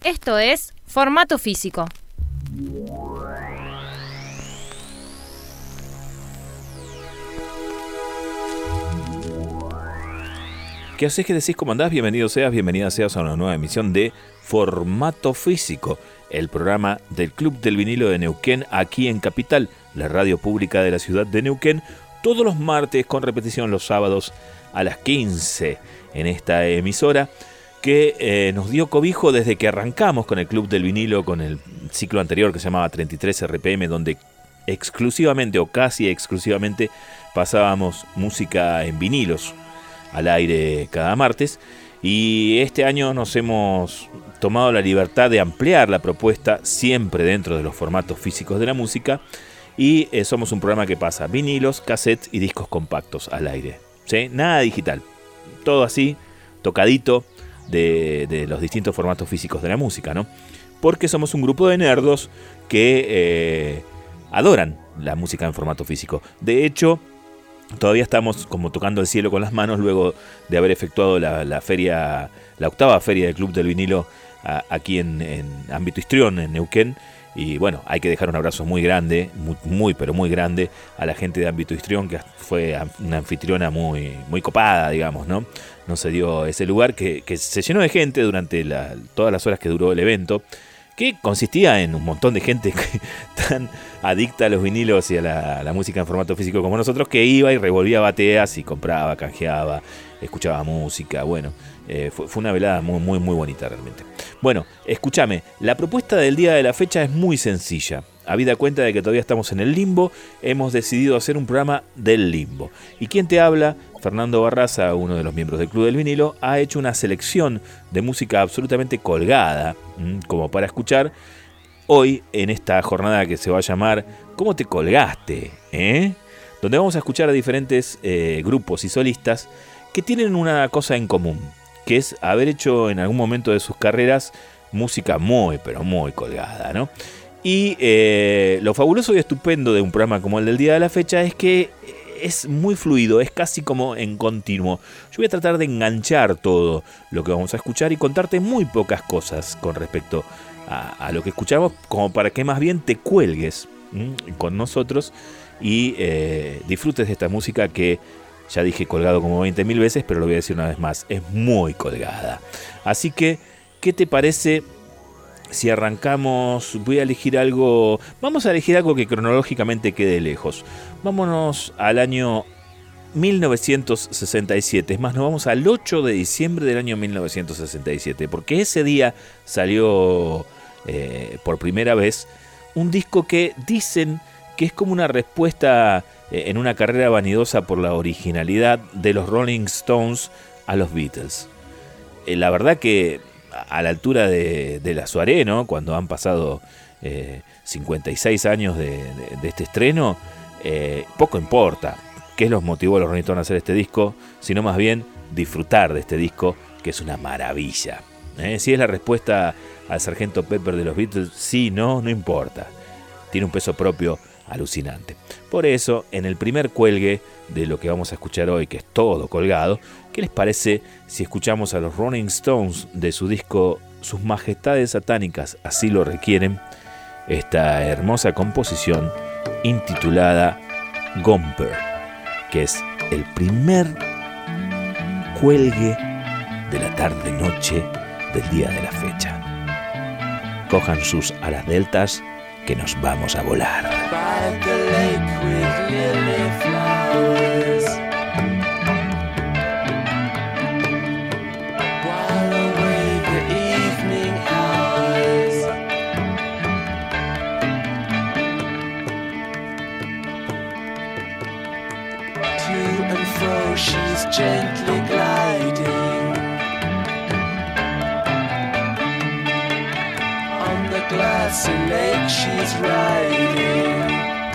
Esto es Formato Físico. ¿Qué haces? ¿Qué decís? ¿Cómo andás? Bienvenido seas, bienvenida seas a una nueva emisión de Formato Físico, el programa del Club del Vinilo de Neuquén, aquí en Capital, la radio pública de la ciudad de Neuquén, todos los martes con repetición los sábados a las 15 en esta emisora que nos dio cobijo desde que arrancamos con el Club del Vinilo, con el ciclo anterior que se llamaba 33 RPM, donde exclusivamente o casi exclusivamente pasábamos música en vinilos al aire cada martes, y este año nos hemos tomado la libertad de ampliar la propuesta siempre dentro de los formatos físicos de la música, y somos un programa que pasa vinilos, cassettes y discos compactos al aire, ¿sí? Nada digital, todo así, tocadito de los distintos formatos físicos de la música, ¿no? Porque somos un grupo de nerdos que adoran la música en formato físico. De hecho, todavía estamos como tocando el cielo con las manos luego de haber efectuado la feria, la octava feria del Club del Vinilo aquí en Ámbito Histrión, en Neuquén. Y bueno, hay que dejar un abrazo muy grande, muy pero muy grande a la gente de Ámbito Histrión, que fue una anfitriona muy copada, digamos, ¿no? No se dio ese lugar que se llenó de gente durante todas las horas que duró el evento, que consistía en un montón de gente tan adicta a los vinilos y a la música en formato físico como nosotros, que iba y revolvía bateas y compraba, canjeaba, escuchaba música. Bueno, fue una velada muy bonita realmente. Bueno, escúchame, la propuesta del día de la fecha es muy sencilla. Habida cuenta de que todavía estamos en el limbo, hemos decidido hacer un programa del limbo. ¿Y quién te habla? Fernando Barraza, uno de los miembros del Club del Vinilo, ha hecho una selección de música absolutamente colgada, como para escuchar hoy en esta jornada que se va a llamar ¿Cómo te colgaste? Donde vamos a escuchar a diferentes grupos y solistas que tienen una cosa en común, que es haber hecho en algún momento de sus carreras música pero muy colgada, ¿no? Y lo fabuloso y estupendo de un programa como el del día de la fecha es que es muy fluido, es casi como en continuo. Yo voy a tratar de enganchar todo lo que vamos a escuchar y contarte muy pocas cosas con respecto a lo que escuchamos, como para que más bien te cuelgues con nosotros y disfrutes de esta música que ya dije colgado como 20.000 veces, pero lo voy a decir una vez más, es muy colgada. Así que, ¿qué te parece si arrancamos? Voy a elegir algo, vamos a elegir algo que cronológicamente quede lejos. Vámonos al año 1967, es más, nos vamos al 8 de diciembre del año 1967, porque ese día salió por primera vez un disco que dicen que es como una respuesta en una carrera vanidosa por la originalidad de los Rolling Stones a los Beatles. La verdad que a la altura de la soirée, ¿no? Cuando han pasado 56 años de este estreno, poco importa qué los motivó a los Rolling Stones a hacer este disco, sino más bien disfrutar de este disco, que es una maravilla. Si es la respuesta al Sargento Pepper de los Beatles, sí, no importa. Tiene un peso propio alucinante. Por eso, en el primer cuelgue de lo que vamos a escuchar hoy, que es todo colgado, ¿qué les parece si escuchamos a los Rolling Stones de su disco Sus Majestades Satánicas Así Lo Requieren, esta hermosa composición intitulada Gomper, que es el primer cuelgue de la tarde-noche del día de la fecha? Cojan sus alas deltas, que nos vamos a volar. By the lake with lily flowers, while away the evening hours, to and fro she's gently gliding on the glassy lake she's riding.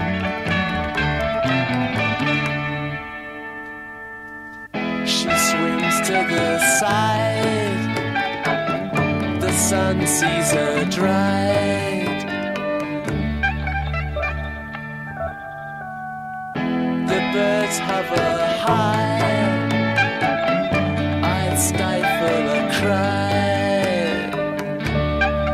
She swims to the side, the sun sees her dried. The birds hover high, I'd stifle a cry.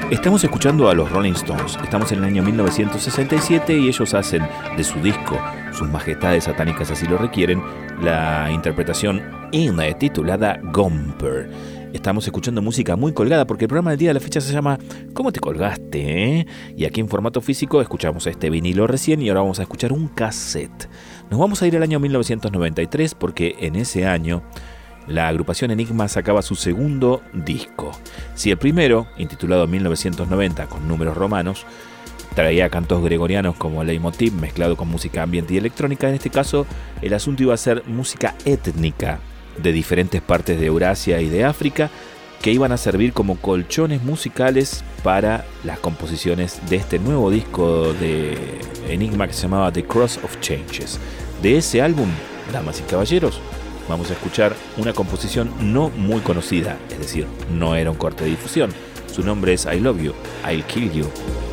Estamos escuchando a los Rolling Stones. Estamos en el año 1967 y ellos hacen de su disco, Sus Majestades Satánicas así lo requieren, la interpretación titulada Gomper. Estamos escuchando música muy colgada porque el programa del día de la fecha se llama ¿Cómo te colgaste? Y aquí en formato físico escuchamos este vinilo recién y ahora vamos a escuchar un cassette. Nos vamos a ir al año 1993 porque en ese año la agrupación Enigma sacaba su segundo disco. Si el primero, intitulado 1990 con números romanos, traía cantos gregorianos como leitmotiv mezclado con música ambiente y electrónica, en este caso el asunto iba a ser música étnica de diferentes partes de Eurasia y de África que iban a servir como colchones musicales para las composiciones de este nuevo disco de Enigma que se llamaba The Cross of Changes. De ese álbum, damas y caballeros, vamos a escuchar una composición no muy conocida, es decir, no era un corte de difusión. Su nombre es I Love You, I'll Kill You.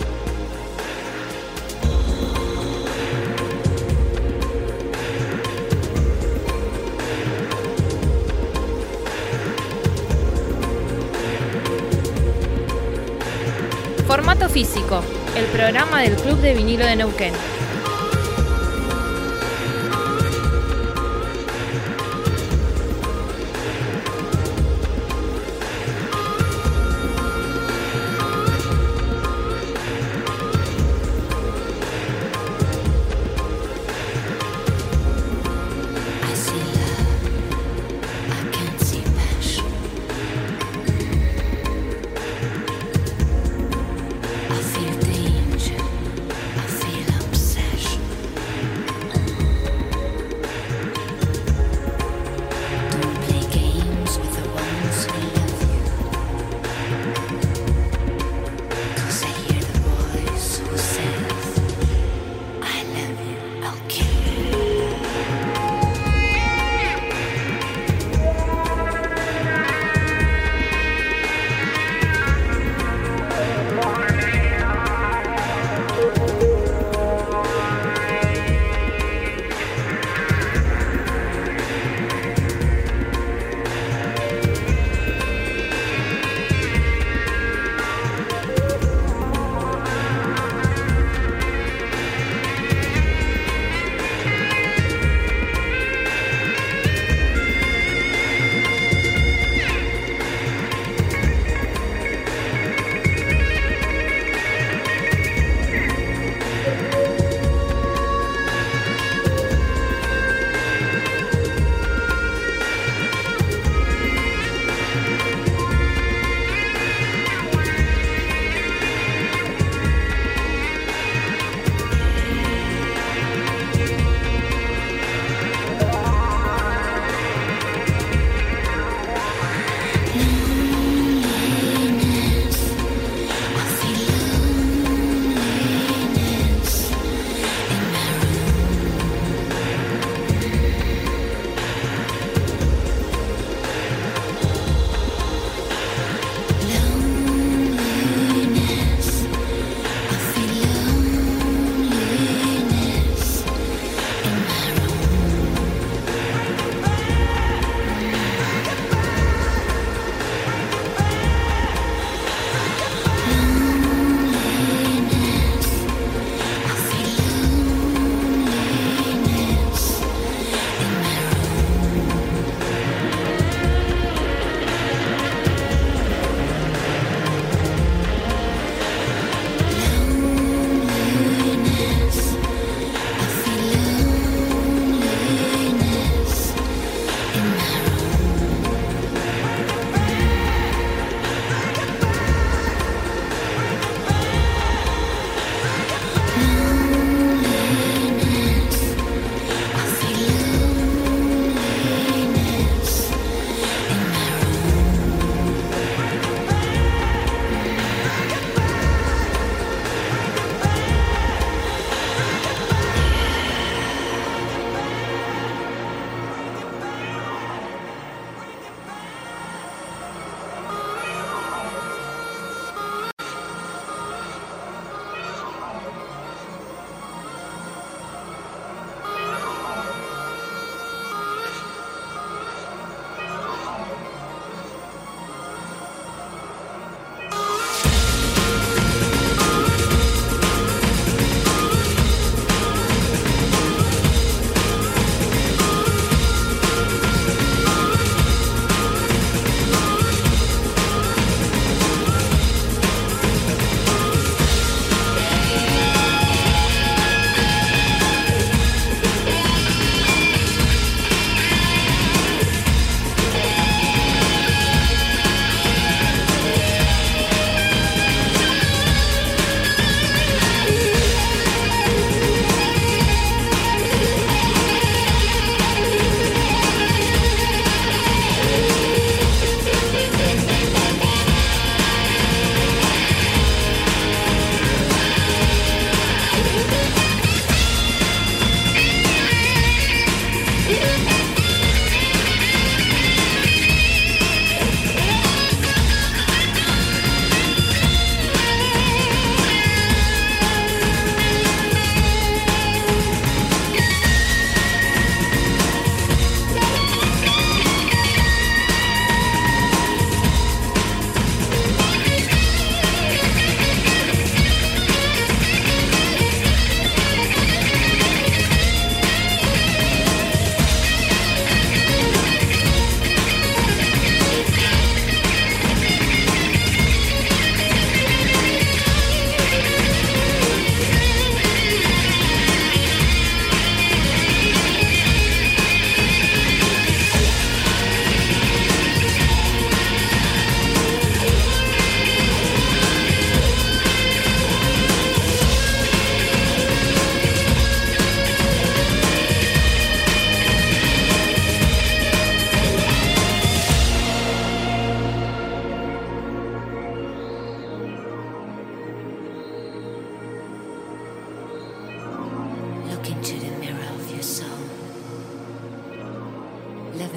Formato físico, el programa del Club de Vinilo de Neuquén. I feel danger, I feel upset.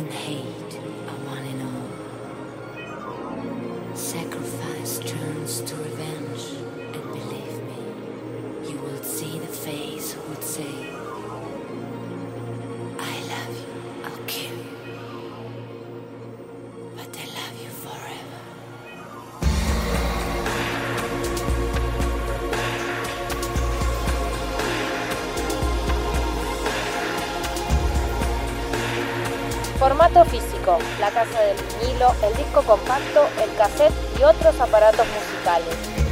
and hate are one and all. Sacrifice turns to revenge, and believe me, you will see the face who would say, I love you, I'll kill you, but I love you forever. Formato físico, la casa del vinilo, el disco compacto, el cassette y otros aparatos musicales.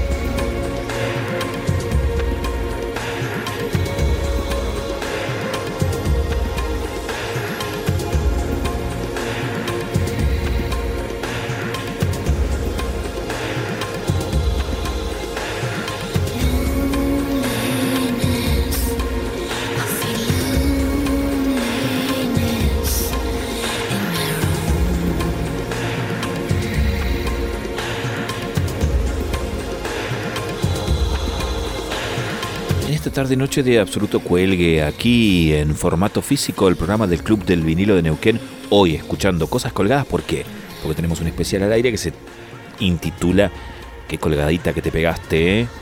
Tarde noche de absoluto cuelgue aquí en formato físico, el programa del Club del Vinilo de Neuquén. Hoy escuchando cosas colgadas. ¿Por qué? Porque tenemos un especial al aire que se intitula Qué colgadita que te pegaste, ¿eh?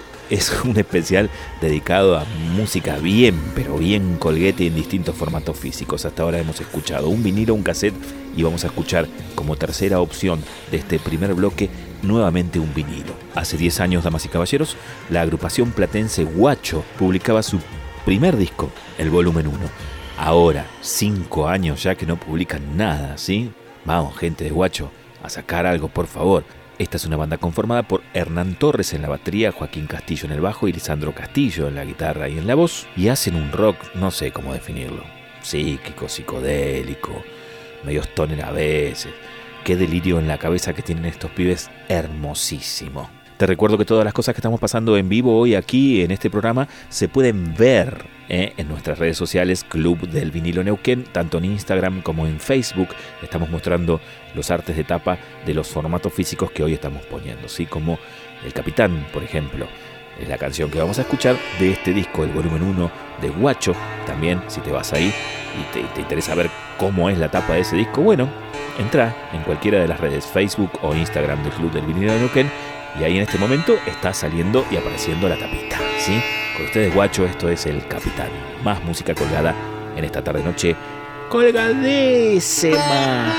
Es un especial dedicado a música bien, pero bien colguete en distintos formatos físicos. Hasta ahora hemos escuchado un vinilo, un cassette y vamos a escuchar como tercera opción de este primer bloque nuevamente un vinilo. Hace 10 años, damas y caballeros, la agrupación platense Guacho publicaba su primer disco, el volumen 1. Ahora, 5 años ya que no publican nada, ¿sí? Vamos, gente de Guacho, a sacar algo, por favor. Esta es una banda conformada por Hernán Torres en la batería, Joaquín Castillo en el bajo y Lisandro Castillo en la guitarra y en la voz. Y hacen un rock, no sé cómo definirlo, psíquico, psicodélico, medio stoner a veces. Qué delirio en la cabeza que tienen estos pibes, hermosísimo. Te recuerdo que todas las cosas que estamos pasando en vivo hoy aquí en este programa se pueden ver en nuestras redes sociales, Club del Vinilo Neuquén, tanto en Instagram como en Facebook. Estamos mostrando los artes de tapa de los formatos físicos que hoy estamos poniendo, ¿sí? Como El Capitán, por ejemplo. Es la canción que vamos a escuchar de este disco, el volumen 1 de Guacho. También, si te vas ahí y te interesa ver cómo es la tapa de ese disco, bueno, entra en cualquiera de las redes Facebook o Instagram del Club del Vinilo de Neuquén y ahí en este momento está saliendo y apareciendo la tapita, ¿sí? Con ustedes, Guacho, esto es El Capitán. Más música colgada en esta tarde-noche colgadísima.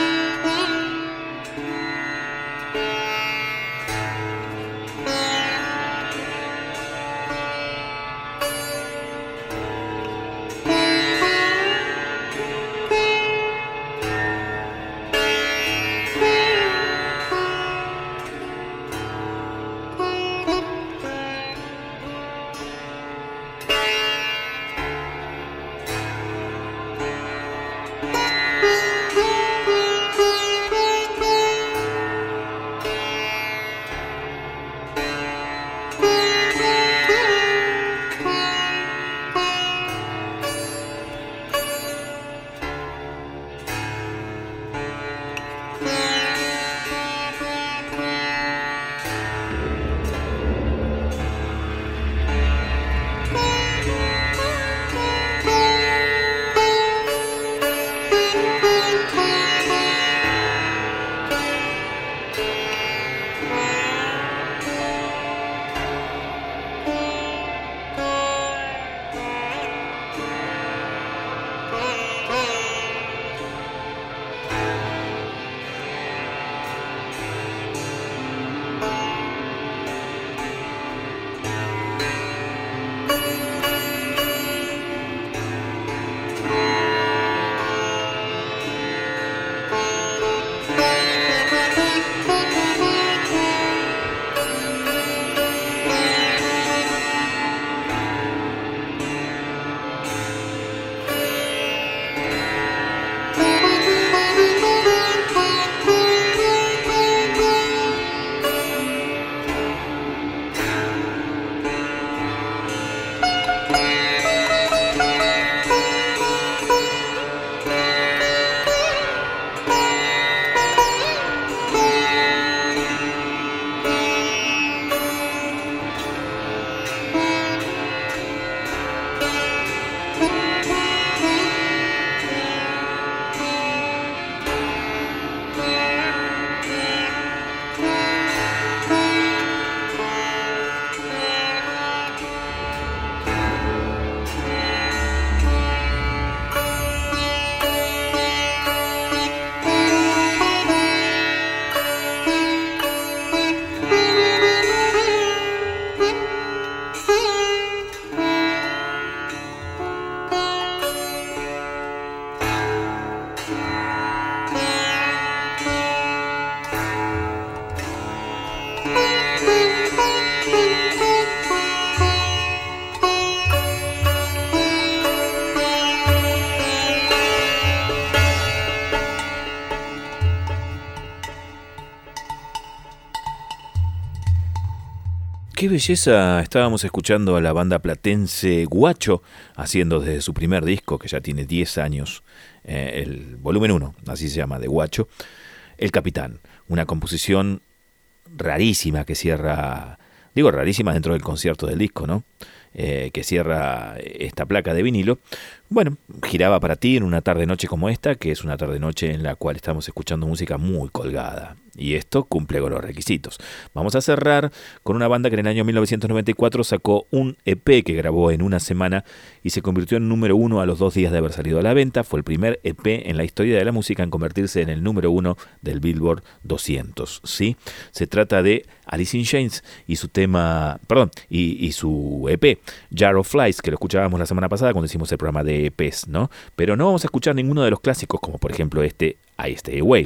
Qué belleza, estábamos escuchando a la banda platense Guacho, haciendo desde su primer disco, que ya tiene 10 años, el volumen 1, así se llama, de Guacho, El Capitán, una composición rarísima que cierra, digo rarísima dentro del concierto del disco, ¿no? Que cierra esta placa de vinilo. Bueno, giraba para ti en una tarde-noche como esta, que es una tarde-noche en la cual estamos escuchando música muy colgada. Y esto cumple con los requisitos. Vamos a cerrar con una banda que en el año 1994 sacó un EP que grabó en una semana y se convirtió en número 1 a los 2 días de haber salido a la venta. Fue el primer EP en la historia de la música en convertirse en el número 1 del Billboard 200. ¿Sí? Se trata de Alice in Chains y su tema, y su EP, Jar of Flies, que lo escuchábamos la semana pasada cuando hicimos el programa de EPs, ¿no? Pero no vamos a escuchar ninguno de los clásicos, como por ejemplo I Stay Away.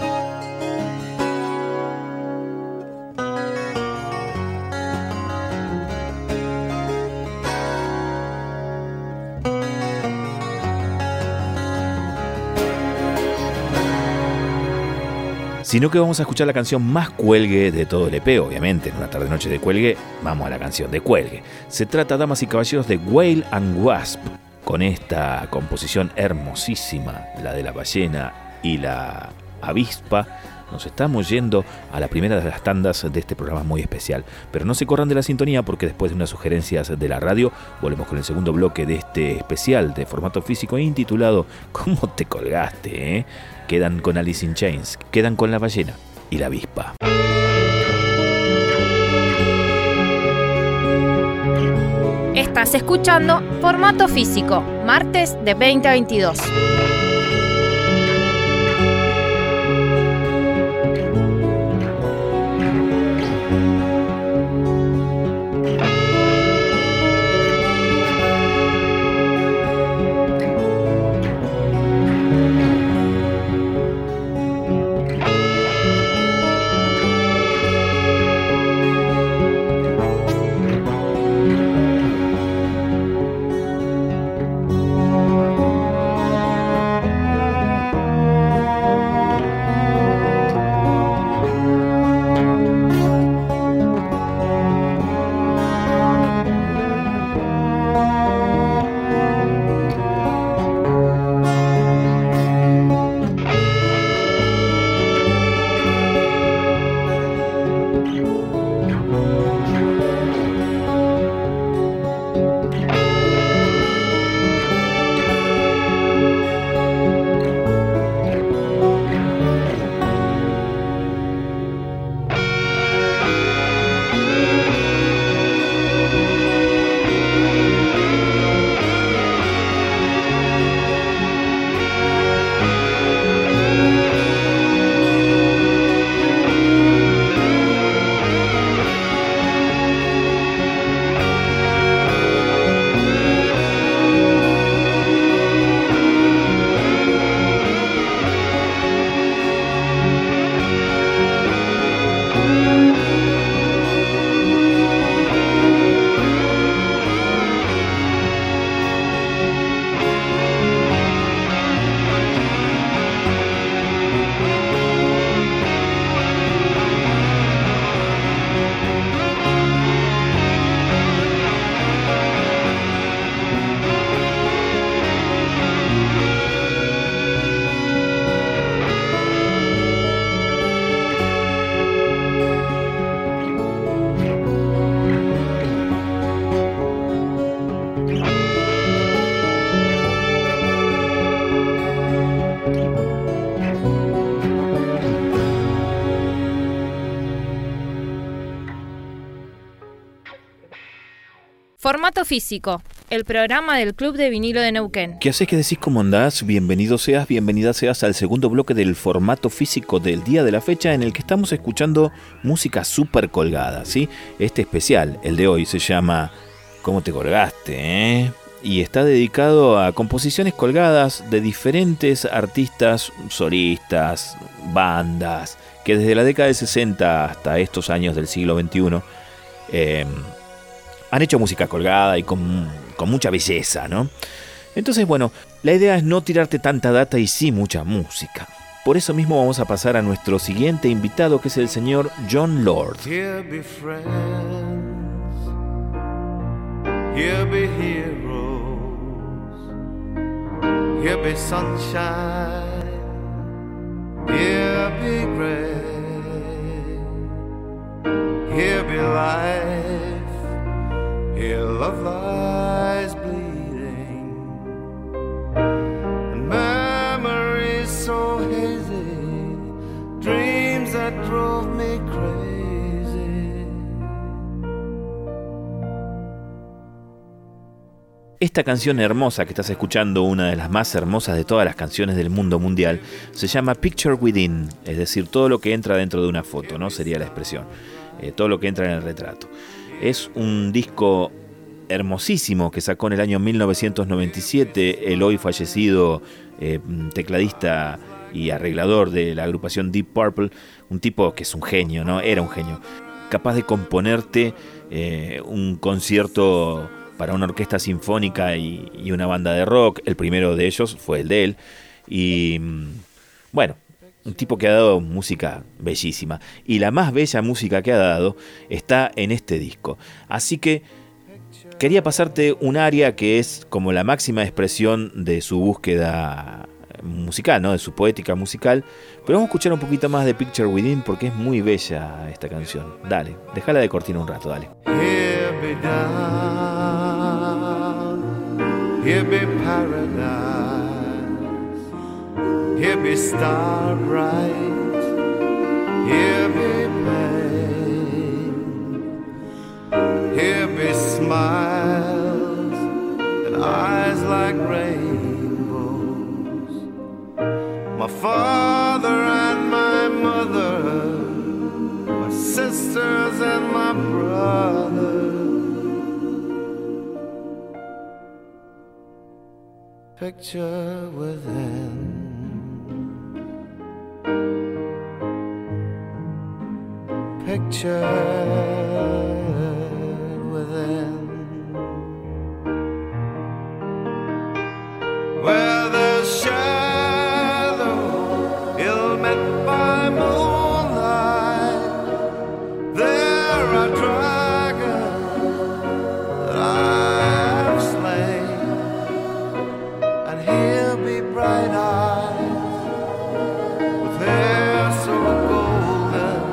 Sino que vamos a escuchar la canción más cuelgue de todo el EP, obviamente. En una tarde-noche de cuelgue, vamos a la canción de cuelgue. Se trata, damas y caballeros, de Whale and Wasp, con esta composición hermosísima, la de la ballena y la avispa. Nos estamos yendo a la primera de las tandas de este programa muy especial. Pero no se corran de la sintonía, porque después de unas sugerencias de la radio, volvemos con el segundo bloque de este especial de formato físico intitulado ¿Cómo te colgaste, eh? Quedan con Alice in Chains, quedan con la ballena y la avispa. Estás escuchando Formato Físico, martes de 20 a 22. Formato Físico, el programa del Club de Vinilo de Neuquén. ¿Qué haces? ¿Qué decís? ¿Cómo andás? Bienvenido seas, bienvenida seas al segundo bloque del Formato Físico del día de la fecha, en el que estamos escuchando música súper colgada, ¿sí? Este especial, el de hoy, se llama ¿Cómo te colgaste, eh? Y está dedicado a composiciones colgadas de diferentes artistas, solistas, bandas, que desde la década de 60 hasta estos años del siglo XXI han hecho música colgada y con mucha belleza, ¿no? Entonces, bueno, la idea es no tirarte tanta data y sí mucha música. Por eso mismo vamos a pasar a nuestro siguiente invitado, que es el señor Jon Lord. Here be friends, Here be heroes, here be sunshine, here be gray, here be life, here love lies bleeding, and memories so hazy, dreams that drove me crazy. Esta canción hermosa que estás escuchando, una de las más hermosas de todas las canciones del mundo mundial, se llama Picture Within, es decir, todo lo que entra dentro de una foto, ¿no? Sería la expresión, todo lo que entra en el retrato. Es un disco hermosísimo que sacó en el año 1997 el hoy fallecido tecladista y arreglador de la agrupación Deep Purple, un tipo que es un genio, ¿no? Era un genio, capaz de componerte un concierto para una orquesta sinfónica y una banda de rock. El primero de ellos fue el de él. Y bueno, un tipo que ha dado música bellísima. Y la más bella música que ha dado está en este disco. Así que quería pasarte un área que es como la máxima expresión de su búsqueda musical, ¿no? De su poética musical. Pero vamos a escuchar un poquito más de Picture Within porque es muy bella esta canción. Dale, déjala de cortina un rato, dale. Here be down, here be paradise, here be star bright, here be pain, here be smiles and eyes like rainbows. My father and my mother, my sisters and my brothers. Picture within, picture within, where the shadow ill-met by moonlight, there are dragons that I've slain, and here be bright eyes with hair so golden,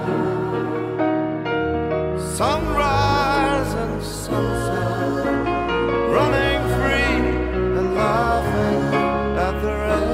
sunrise and sunset, running free and laughing at the rain.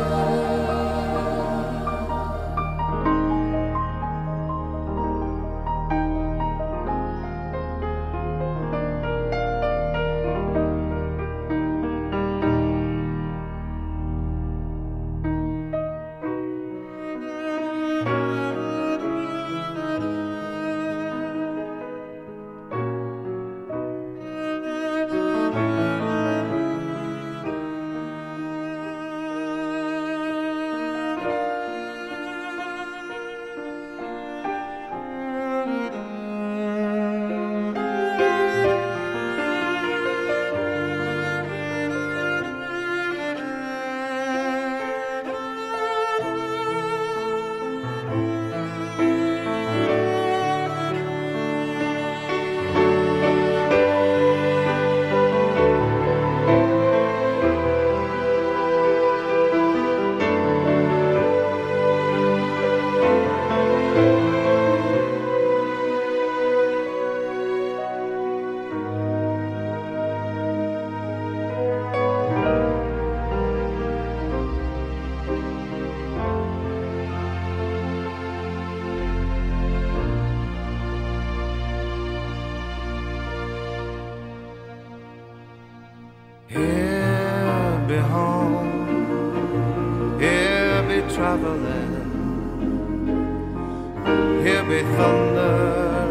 Here be home, here be traveling, here be thunder,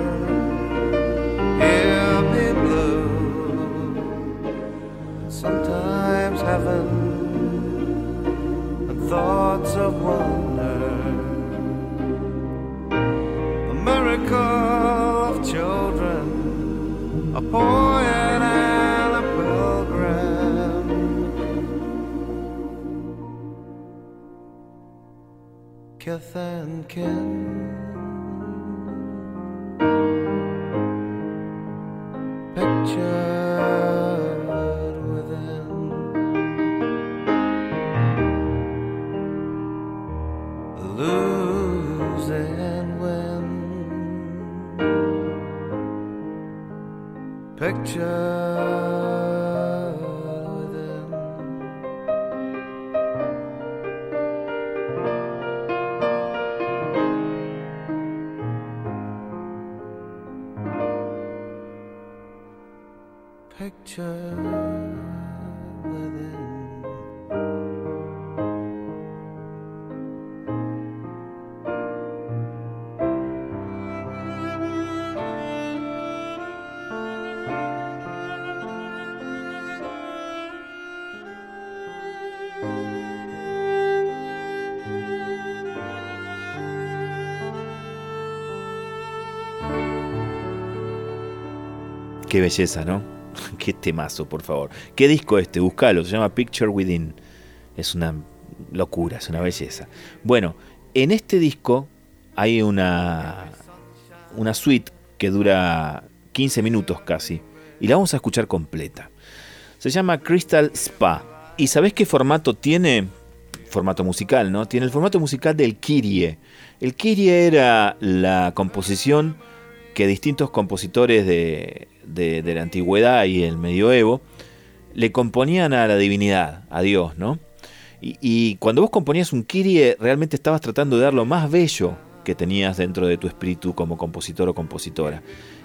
here be blue, sometimes heaven and thoughts of wonder, the miracle of children, a poet and a pilgrim, kith and kin, picture lose and win. Picture within. Picture within. Qué belleza, ¿no? Qué temazo, por favor. ¿Qué disco este? Búscalo, se llama Picture Within. Es una locura, es una belleza. Bueno, en este disco hay una suite que dura 15 minutos casi, y la vamos a escuchar completa. Se llama Crystal Spa. ¿Y sabés qué formato tiene? Formato musical, ¿no? Tiene el formato musical del Kyrie. El Kyrie era la composición que distintos compositores de la antigüedad y el medioevo le componían a la divinidad, a Dios, ¿no? Y cuando vos componías un Kyrie, realmente estabas tratando de dar lo más bello que tenías dentro de tu espíritu como compositor o compositora.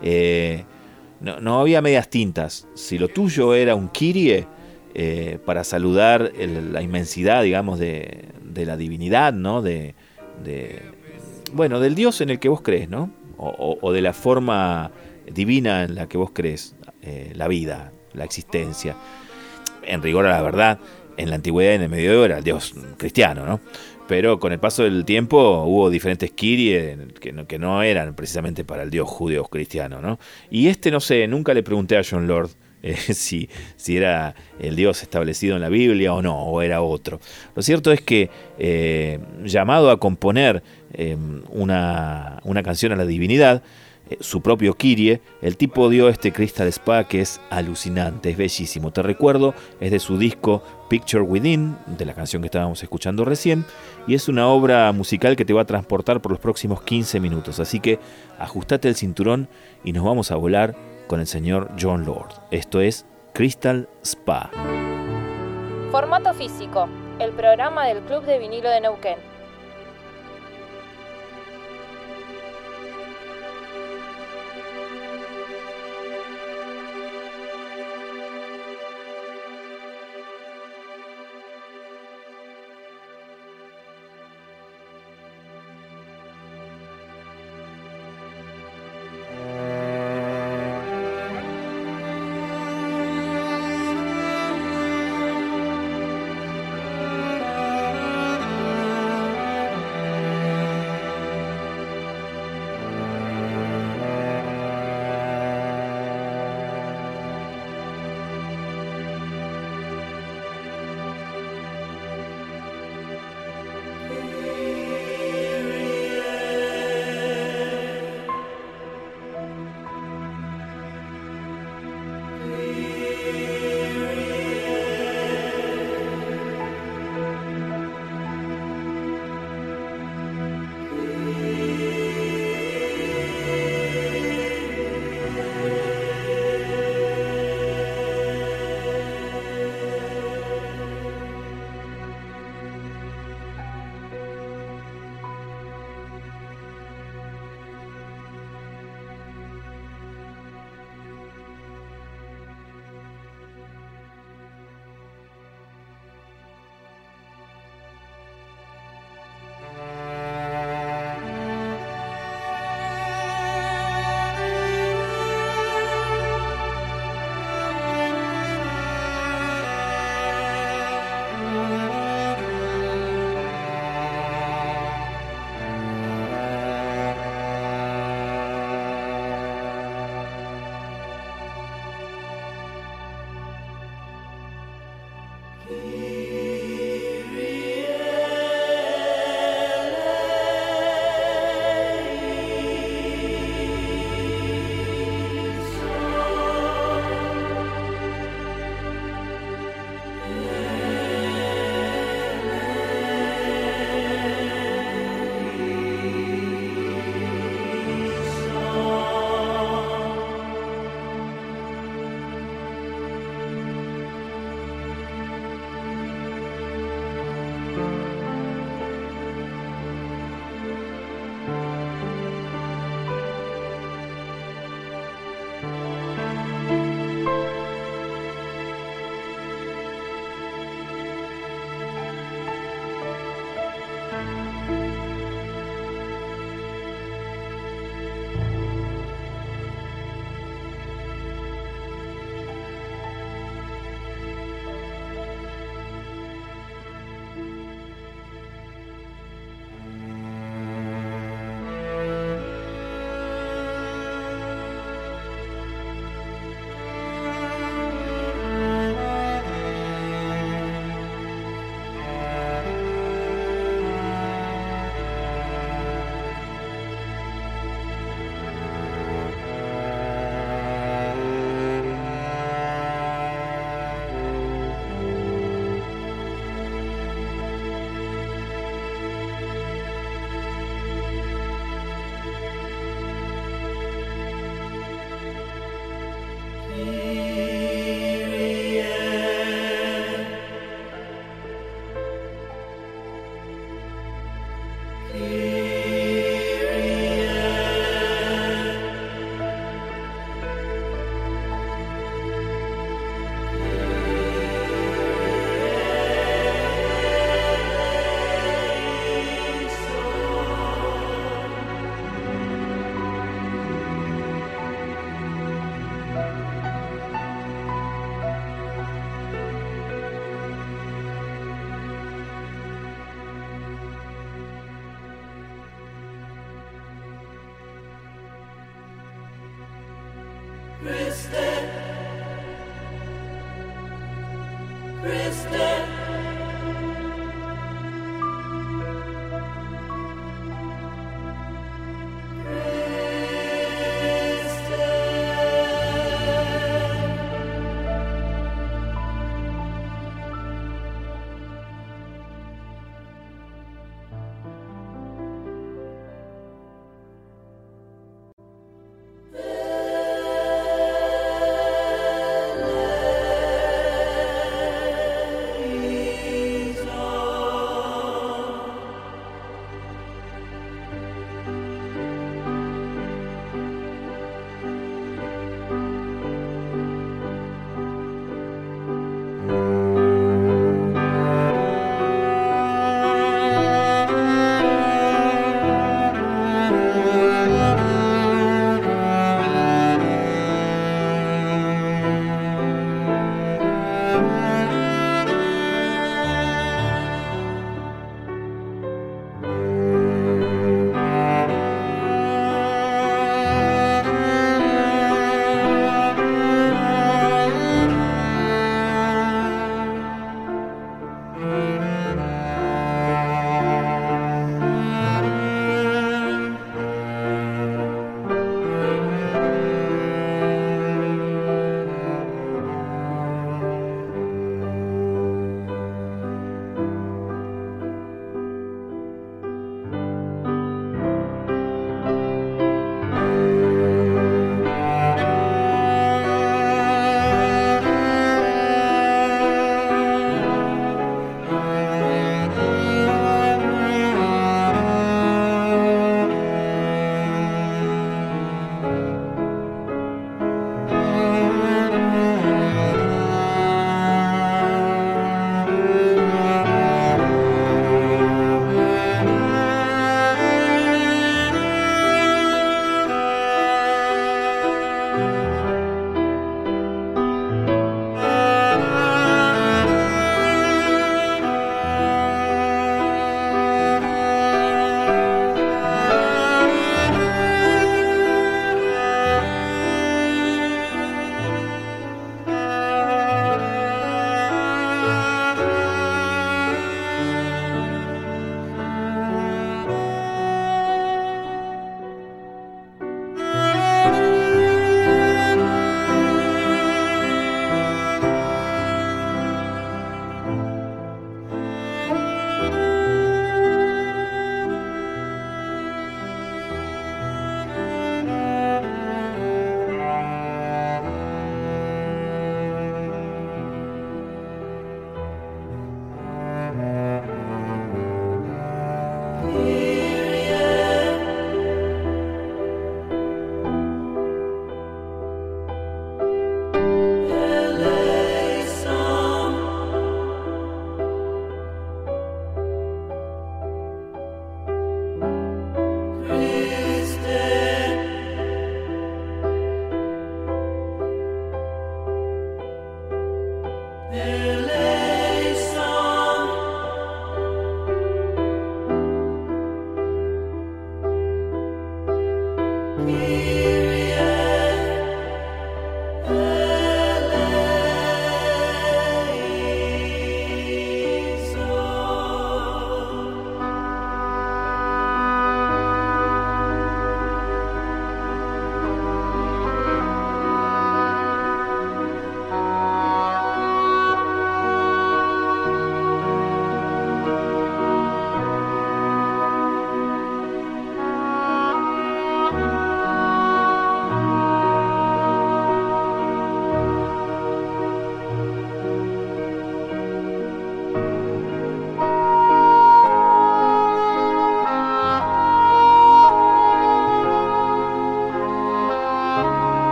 No había medias tintas. Si lo tuyo era un Kyrie, para saludar la inmensidad, digamos, de la divinidad, ¿no? Bueno, del Dios en el que vos crees, ¿no? O de la forma divina en la que vos crees, la vida, la existencia. En rigor a la verdad, en la antigüedad y en el medioevo era el Dios cristiano, ¿no? Pero con el paso del tiempo hubo diferentes Kyrie que no eran precisamente para el Dios judío cristiano, ¿no? Y no sé, nunca le pregunté a Jon Lord si era el Dios establecido en la Biblia o no, o era otro. Lo cierto es que llamado a componer una canción a la divinidad, su propio Kyrie, el tipo dio este Crystal Spa que es alucinante, es bellísimo. Te recuerdo, es de su disco Picture Within, de la canción que estábamos escuchando recién, y es una obra musical que te va a transportar por los próximos 15 minutos. Así que ajustate el cinturón y nos vamos a volar con el señor Jon Lord. Esto es Crystal Spa. Formato físico, el programa del Club de Vinilo de Neuquén.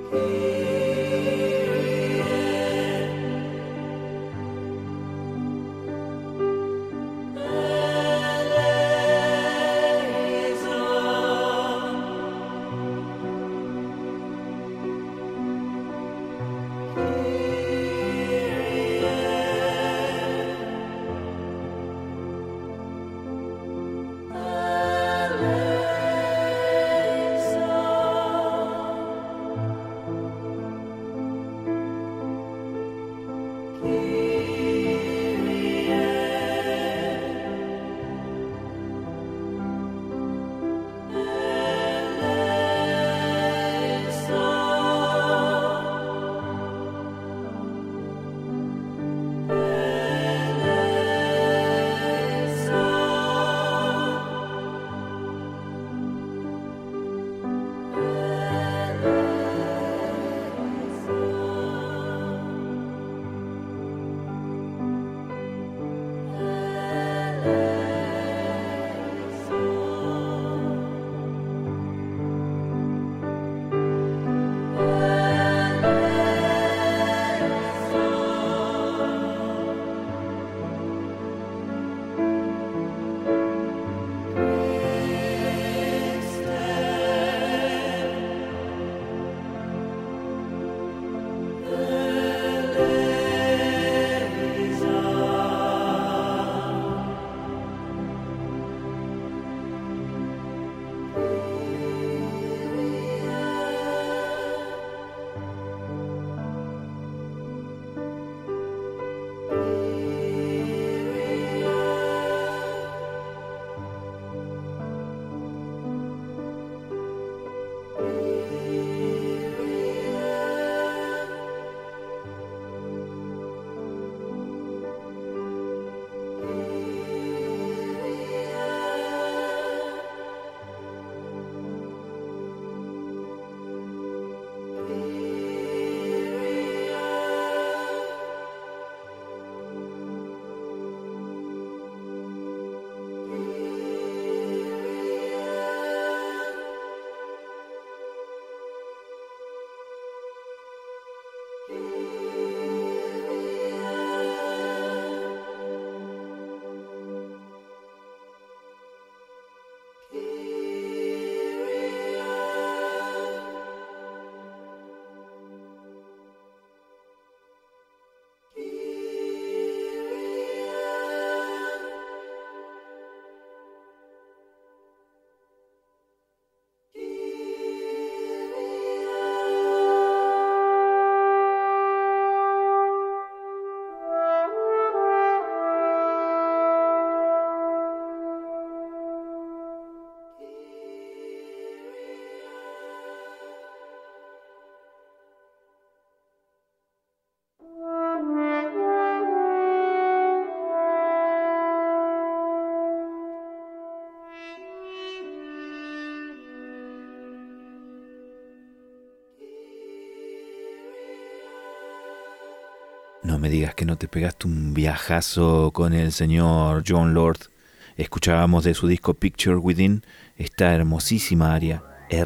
No me digas que no te pegaste un viajazo con el señor Jon Lord. Escuchábamos de su disco Picture Within esta hermosísima aria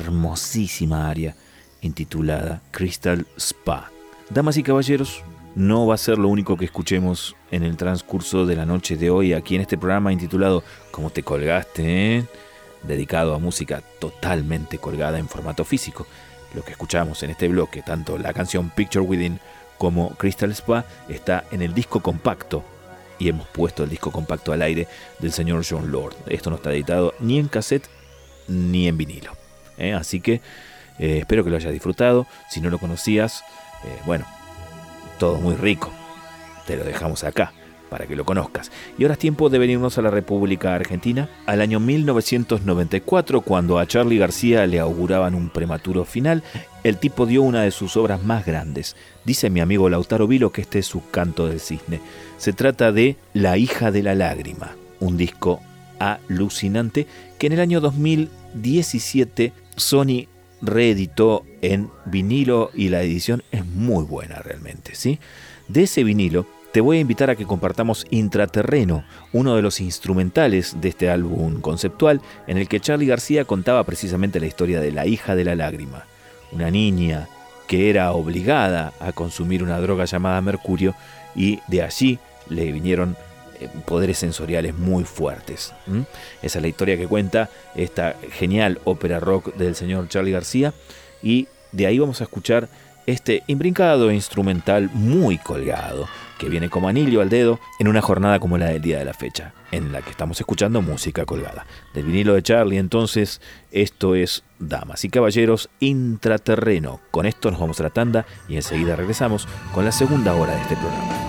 intitulada Crystal Spa. Damas y caballeros, no va a ser lo único que escuchemos en el transcurso de la noche de hoy aquí en este programa intitulado ¿Cómo te colgaste? Dedicado a música totalmente colgada en formato físico. Lo que escuchamos en este bloque, tanto la canción Picture Within como Crystal Spa, está en el disco compacto, y hemos puesto el disco compacto al aire del señor Jon Lord. Esto no está editado ni en cassette ni en vinilo, así que espero que lo hayas disfrutado. Si no lo conocías, bueno, todo muy rico, te lo dejamos acá para que lo conozcas. Y ahora es tiempo de venirnos a la República Argentina, al año 1994, cuando a Charly García le auguraban un prematuro final. El tipo dio una de sus obras más grandes. Dice mi amigo Lautaro Vilo que este es su canto del cisne. Se trata de La hija de la lágrima, un disco alucinante que en el año 2017 Sony reeditó en vinilo, y la edición es muy buena realmente, ¿sí? De ese vinilo te voy a invitar a que compartamos Intraterreno, uno de los instrumentales de este álbum conceptual, en el que Charly García contaba precisamente la historia de la hija de la lágrima, una niña que era obligada a consumir una droga llamada mercurio, y de allí le vinieron poderes sensoriales muy fuertes. Esa es la historia que cuenta esta genial ópera rock del señor Charly García, y de ahí vamos a escuchar este imbrincado instrumental muy colgado, que viene como anillo al dedo en una jornada como la del día de la fecha, en la que estamos escuchando música colgada. Del vinilo de Charly, entonces, esto es, damas y caballeros, Intraterreno. Con esto nos vamos a la tanda y enseguida regresamos con la segunda hora de este programa.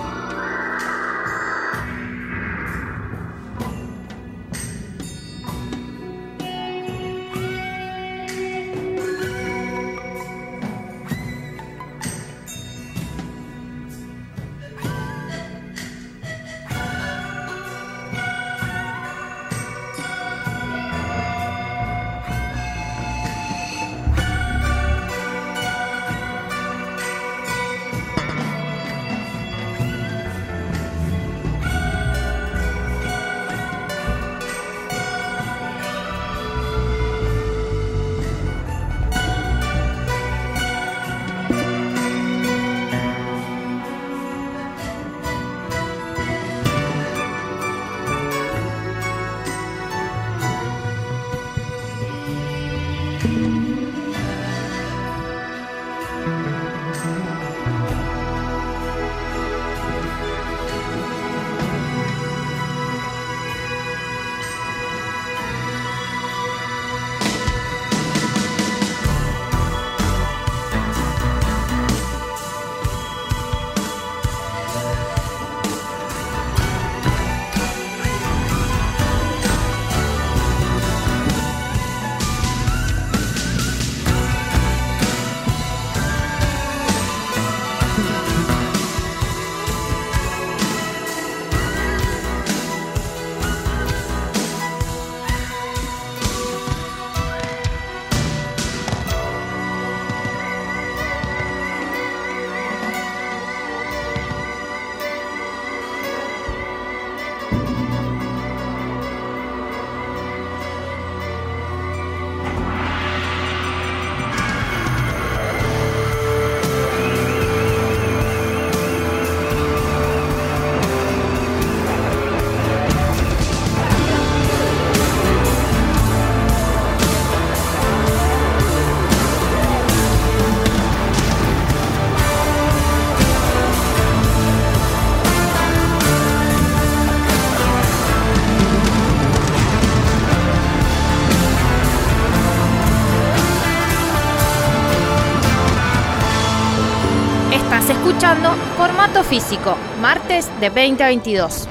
escuchando Formato Físico, martes de 20 a 22.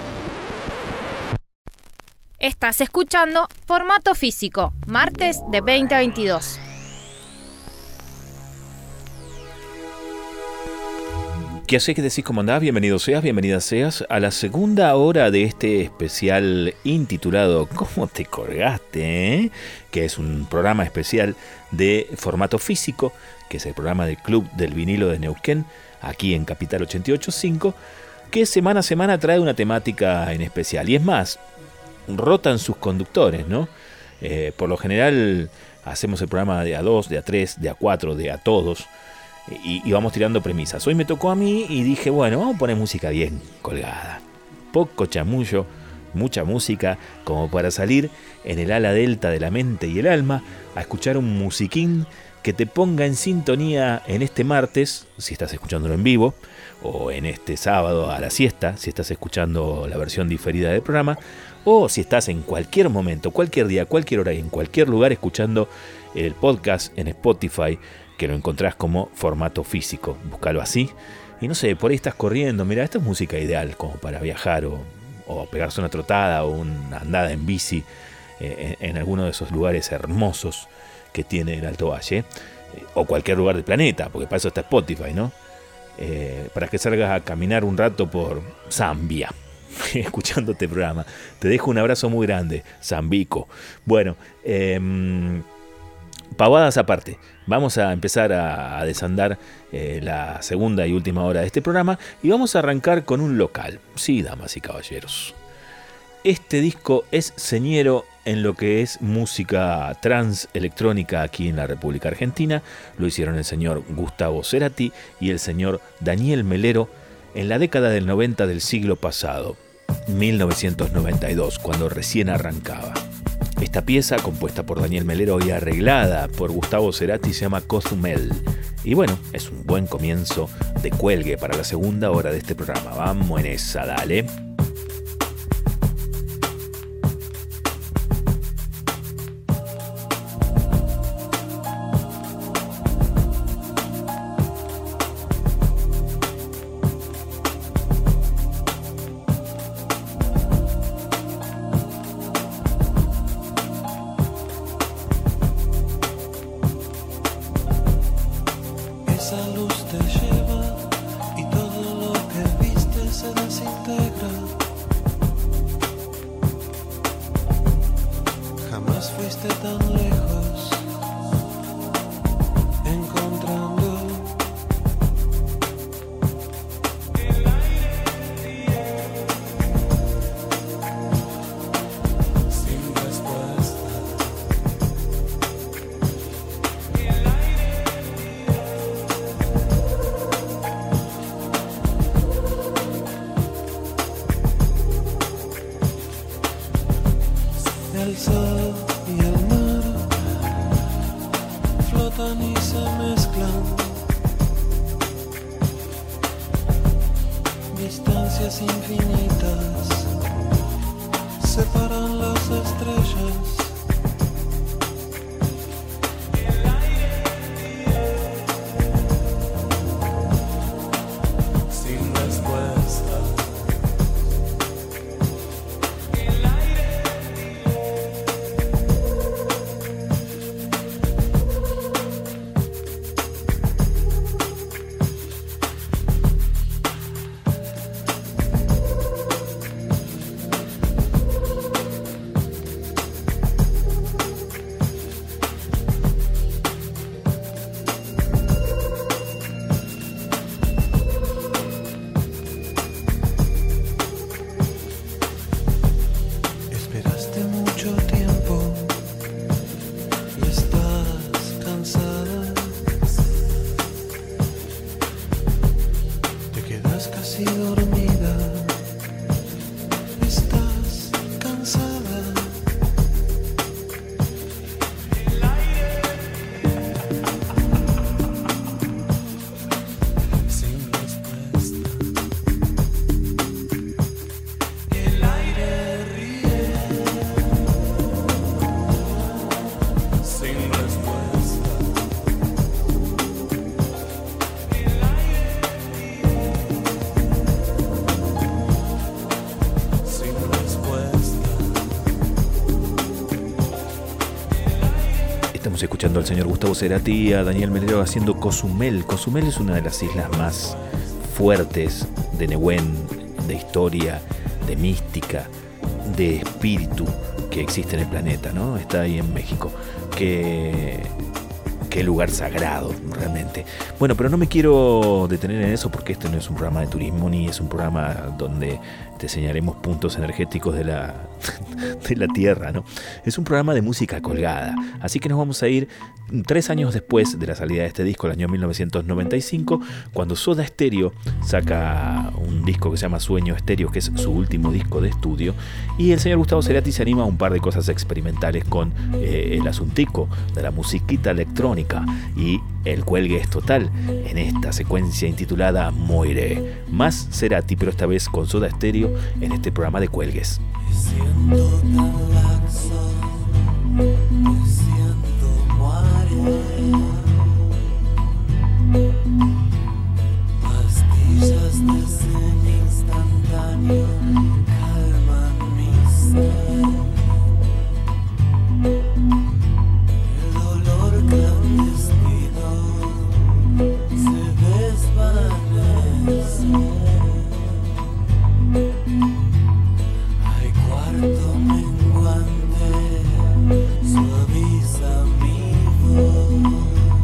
Estás escuchando Formato Físico, martes de 20 a 22. ¿Qué haces? ¿Qué decís? ¿Cómo andás? Bienvenido seas, bienvenida seas a la segunda hora de este especial intitulado ¿Cómo te colgaste? Que es un programa especial de Formato Físico, que es el programa del Club del Vinilo de Neuquén, aquí en Capital 88.5, que semana a semana trae una temática en especial. Y es más, rotan sus conductores, ¿no? Por lo general hacemos el programa de A2, de A3, de A4, de A todos, y vamos tirando premisas. Hoy me tocó a mí y dije, bueno, vamos a poner música bien colgada. Poco chamullo, mucha música, como para salir en el ala delta de la mente y el alma a escuchar un musiquín que te ponga en sintonía en este martes, si estás escuchándolo en vivo, o en este sábado a la siesta, si estás escuchando la versión diferida del programa, o si estás en cualquier momento, cualquier día, cualquier hora y en cualquier lugar escuchando el podcast en Spotify, que lo encontrás como Formato Físico. Búscalo así. Y no sé, por ahí estás corriendo. Mira, esta es música ideal como para viajar o pegarse una trotada o una andada en bici en alguno de esos lugares hermosos que tiene el Alto Valle. O cualquier lugar del planeta, porque para eso está Spotify, ¿no? Para que salgas a caminar un rato por Zambia, escuchando este programa. Te dejo un abrazo muy grande, Zambico. Bueno, pavadas aparte, vamos a empezar a desandar la segunda y última hora de este programa y vamos a arrancar con un local. Sí, damas y caballeros. Este disco es señero en lo que es música trans electrónica aquí en la República Argentina. Lo hicieron el señor Gustavo Cerati y el señor Daniel Melero en la década del 90 del siglo pasado, 1992, cuando recién arrancaba. Esta pieza, compuesta por Daniel Melero y arreglada por Gustavo Cerati, se llama Cozumel. Y bueno, es un buen comienzo de cuelgue para la segunda hora de este programa. Vamos en esa, dale. Escuchando al señor Gustavo Cerati y a Daniel Melero haciendo Cozumel. Cozumel es una de las islas más fuertes de Nehuen, de historia, de mística, de espíritu que existe en el planeta, ¿no? Está ahí en México. Qué lugar sagrado, realmente. Bueno, pero no me quiero detener en eso porque este no es un programa de turismo ni es un programa donde te enseñaremos puntos energéticos de la Tierra, ¿no? Es un programa de música colgada. Así que nos vamos a ir 3 años después de la salida de este disco, el año 1995, cuando Soda Stereo saca un disco que se llama Sueño Estéreo, que es su último disco de estudio, y el señor Gustavo Cerati se anima a un par de cosas experimentales con el asuntico de la musiquita electrónica, y el cuelgue es total en esta secuencia intitulada Moiré. Más Cerati, pero esta vez con Soda Stereo en este programa de cuelgues. Siendo tan laxo, me siento marea. Pastillas de zen instantáneo calman mi ser. El dolor clandestino se desvanece. Cuarto menguante suaviza mi voz.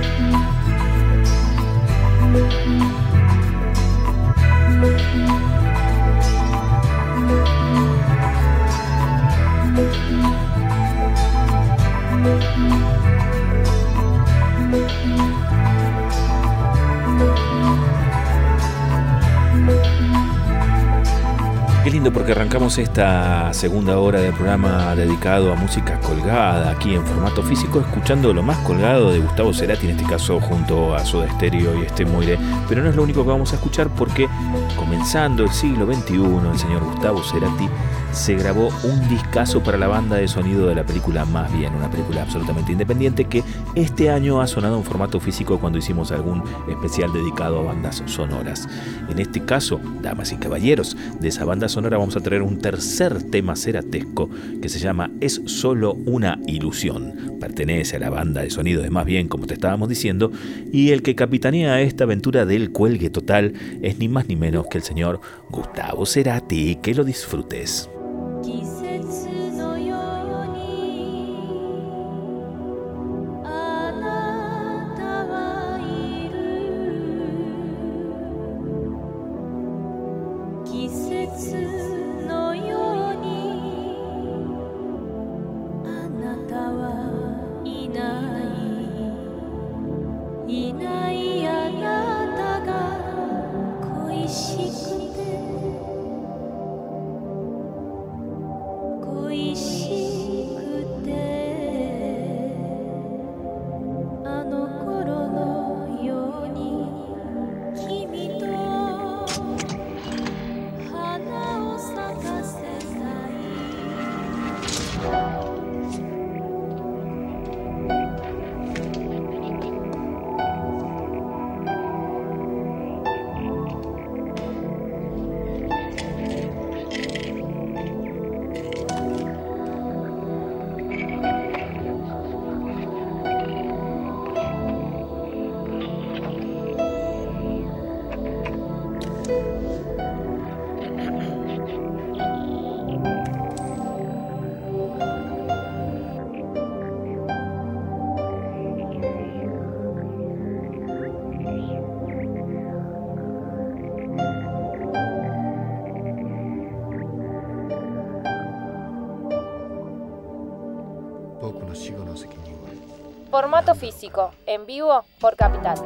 Qué lindo, porque arrancamos esta segunda hora del programa dedicado a música colgada aquí en formato físico, escuchando lo más colgado de Gustavo Cerati, en este caso junto a Soda Stereo y Moire. Pero no es lo único que vamos a escuchar, porque comenzando el siglo XXI, el señor Gustavo Cerati se grabó un discazo para la banda de sonido de la película Más Bien, una película absolutamente independiente que este año ha sonado en formato físico cuando hicimos algún especial dedicado a bandas sonoras. En este caso, damas y caballeros, de esa banda sonora vamos a traer un tercer tema ceratesco que se llama Es Solo Una Ilusión. Pertenece a la banda de sonido de Más Bien, como te estábamos diciendo, y el que capitanea esta aventura del cuelgue total es ni más ni menos que el señor Gustavo Cerati. Que lo disfrutes. Formato físico, en vivo por Capital.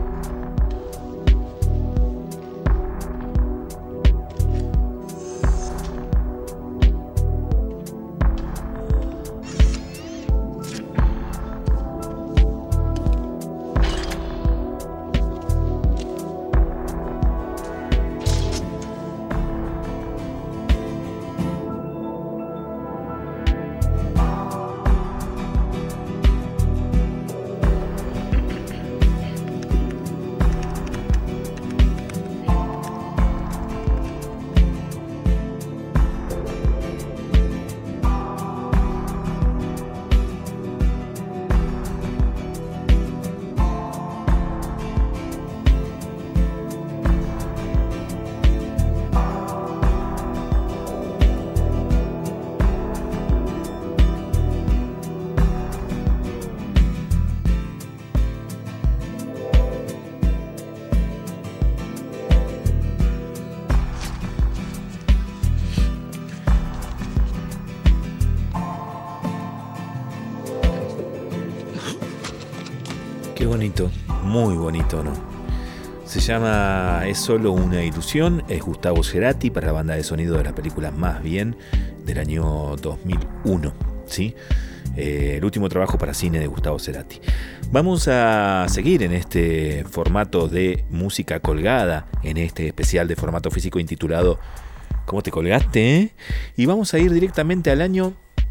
Qué bonito, muy bonito, ¿no? Se llama Es Solo Una Ilusión, es Gustavo Cerati para la banda de sonido de la película Más Bien del año 2001, ¿sí? El último trabajo para cine de Gustavo Cerati. Vamos a seguir en este formato de música colgada, en este especial de formato físico intitulado ¿Cómo te colgaste? Y vamos a ir directamente al año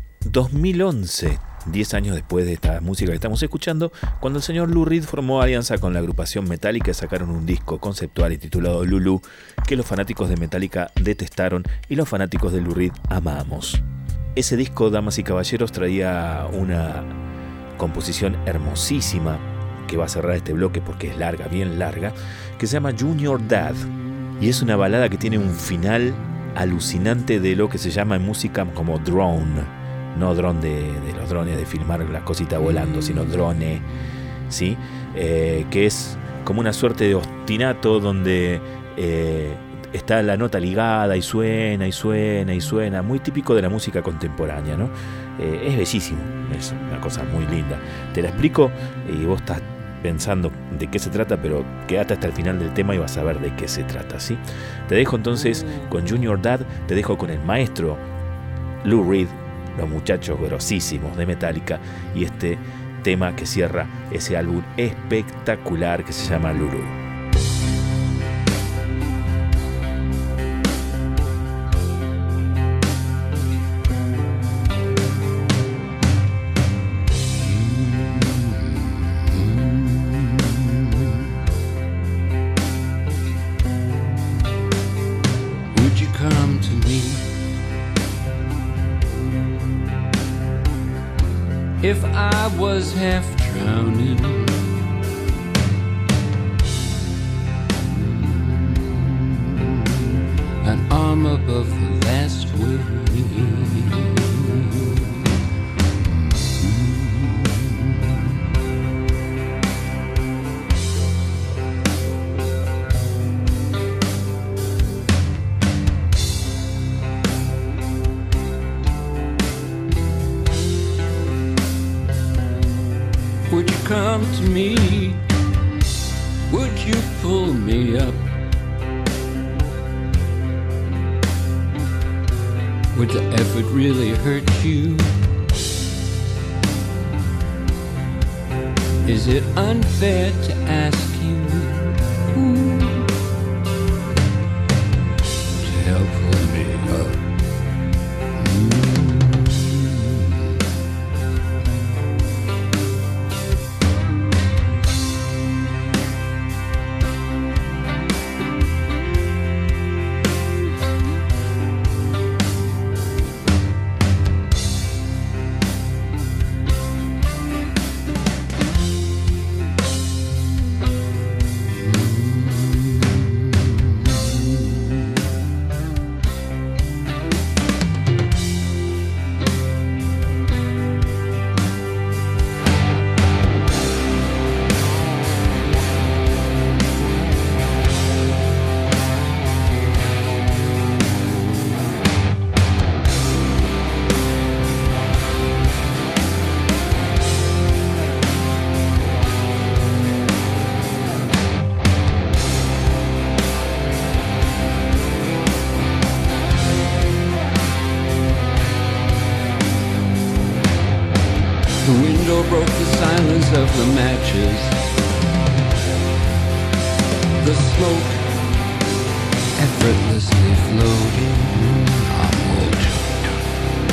2011, 10 años después de esta música que estamos escuchando, cuando el señor Lou Reed formó alianza con la agrupación Metallica y sacaron un disco conceptual titulado Lulu, que los fanáticos de Metallica detestaron y los fanáticos de Lou Reed amamos. Ese disco, damas y caballeros, traía una composición hermosísima que va a cerrar este bloque porque es larga, bien larga, que se llama Junior Dad, y es una balada que tiene un final alucinante de lo que se llama en música como drone. No drone de los drones de filmar las cositas volando, sino drone, ¿sí? que es como una suerte de ostinato donde está la nota ligada y suena y suena y suena, muy típico de la música contemporánea, ¿no? Es bellísimo, es una cosa muy linda. Te la explico y vos estás pensando de qué se trata, pero quédate hasta el final del tema y vas a ver de qué se trata, ¿sí? Te dejo entonces con Junior Dad, te dejo con el maestro Lou Reed, los muchachos grosísimos de Metallica, y este tema que cierra ese álbum espectacular que se llama Lulu. If I was half drowning, an arm above the last wave, would you come to me? Would you pull me up? Would the effort really hurt you? Is it unfair to ask you to help pull me up? Broke the silence of the matches. The smoke effortlessly floating. I'm all choked up.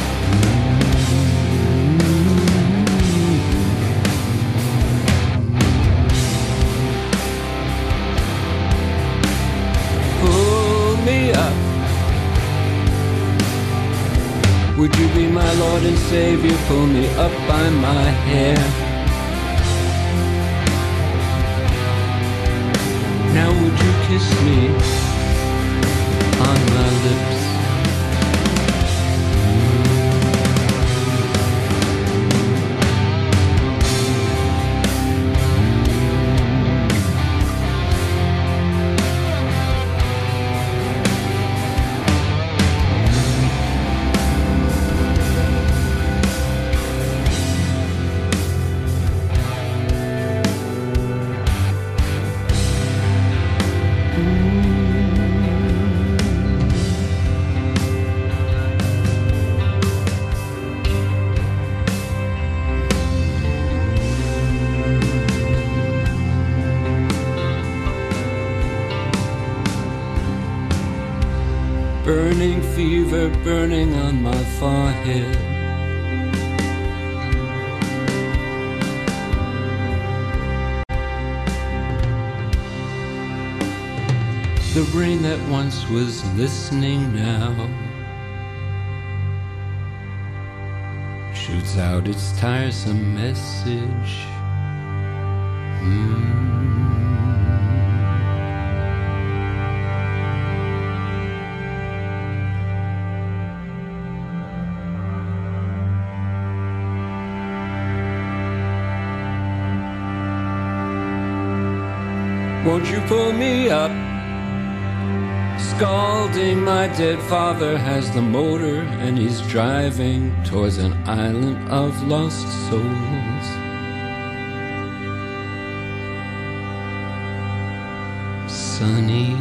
Pull me up. Would you be my Lord and Savior? Pull me up by my hair. Now would you kiss me on my lips? Burning fever burning on my forehead. The brain that once was listening now shoots out its tiresome message. Won't you pull me up? Scalding my dead father has the motor, and he's driving towards an island of lost souls. Sonny,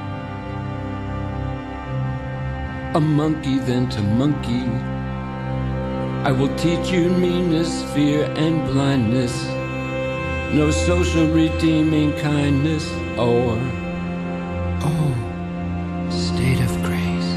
a monkey then to monkey, I will teach you meanness, fear, and blindness. No social redeeming kindness or, oh, state of grace.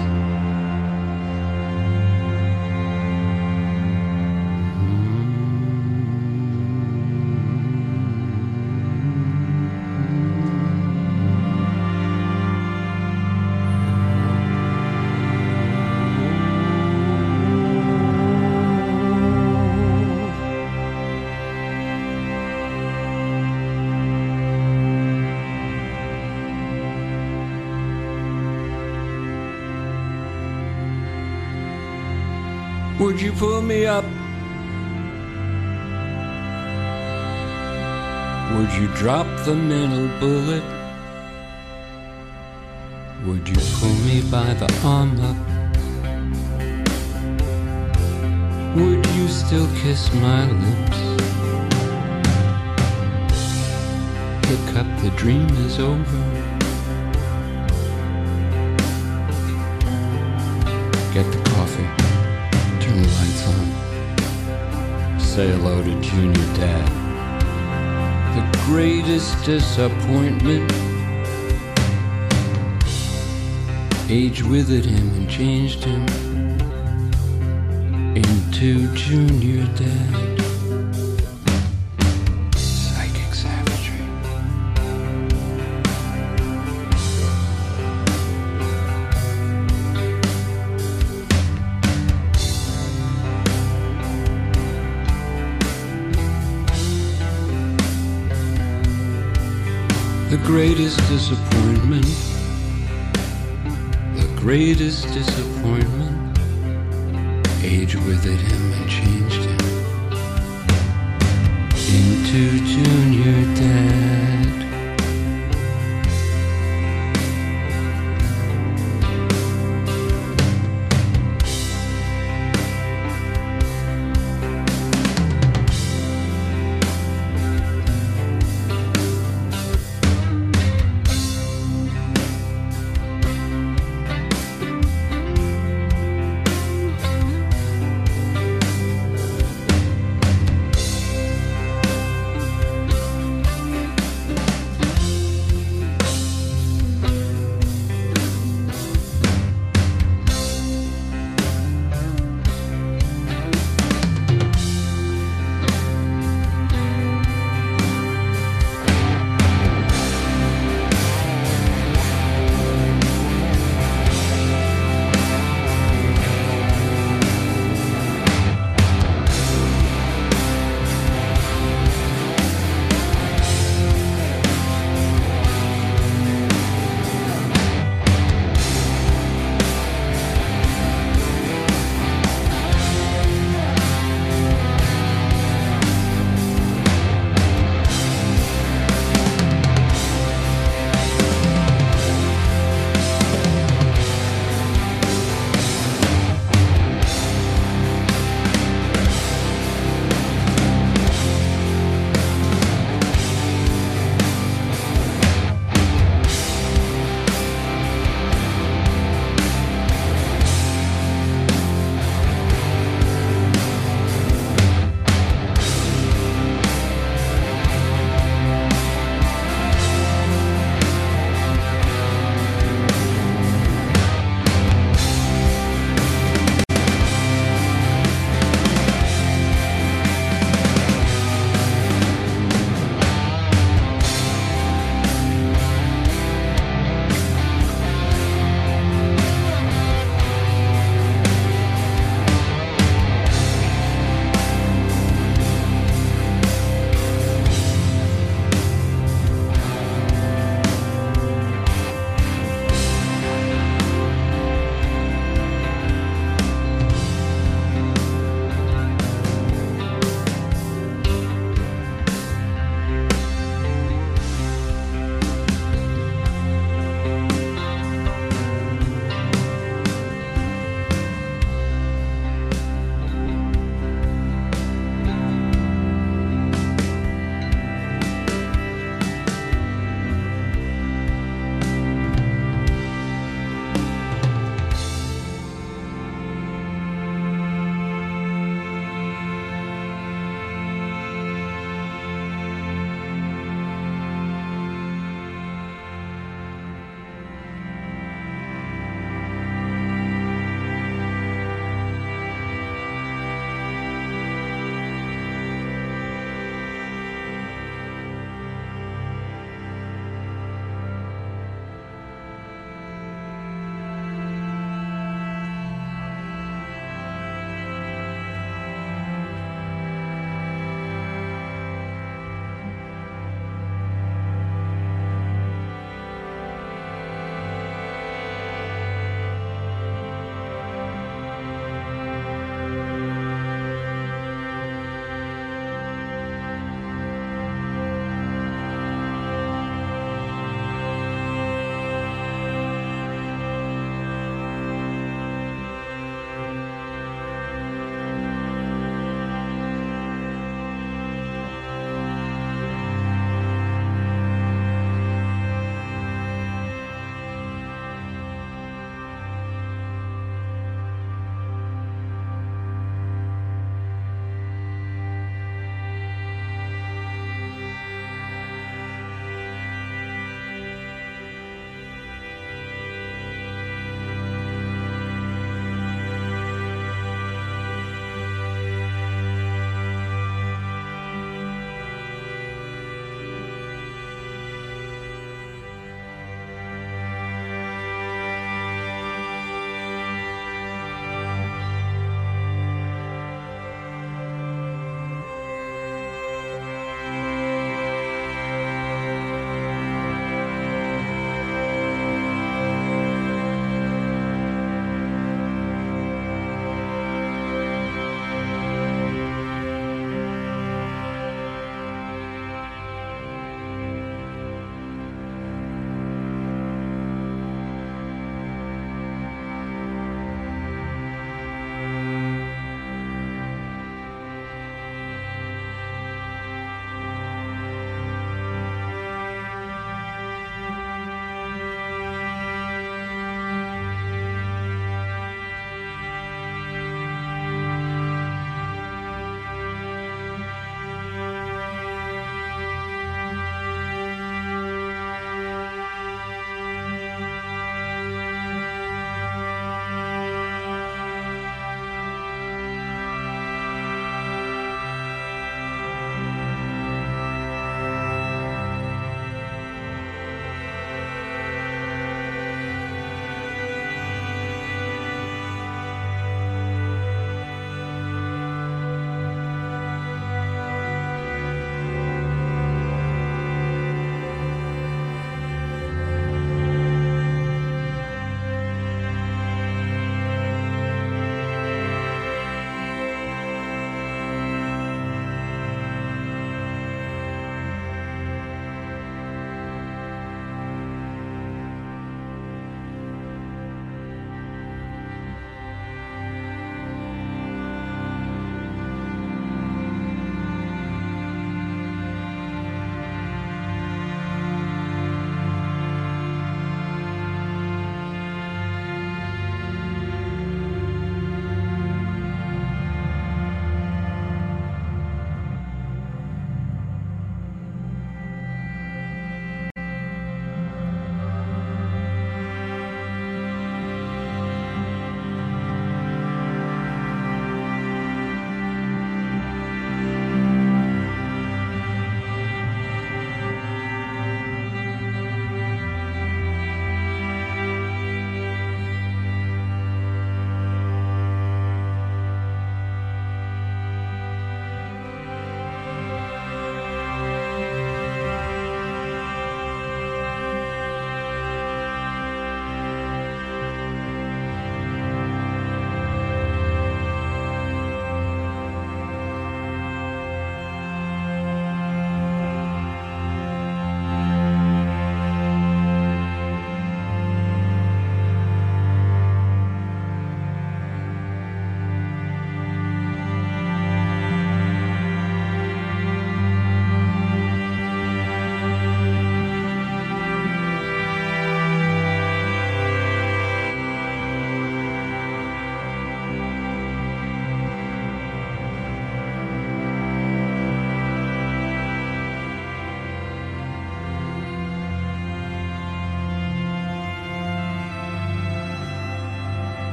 Would you pull me up? Would you drop the mental bullet? Would you pull me by the arm up? Would you still kiss my lips? Hiccup, the dream is over. Get the coffee. Turn the lights on. Say hello to Junior Dad. The greatest disappointment. Age withered him and changed him into Junior Dad. Psychic savagery. The greatest disappointment. The greatest disappointment. Age withered him and changed him into Junior Dad.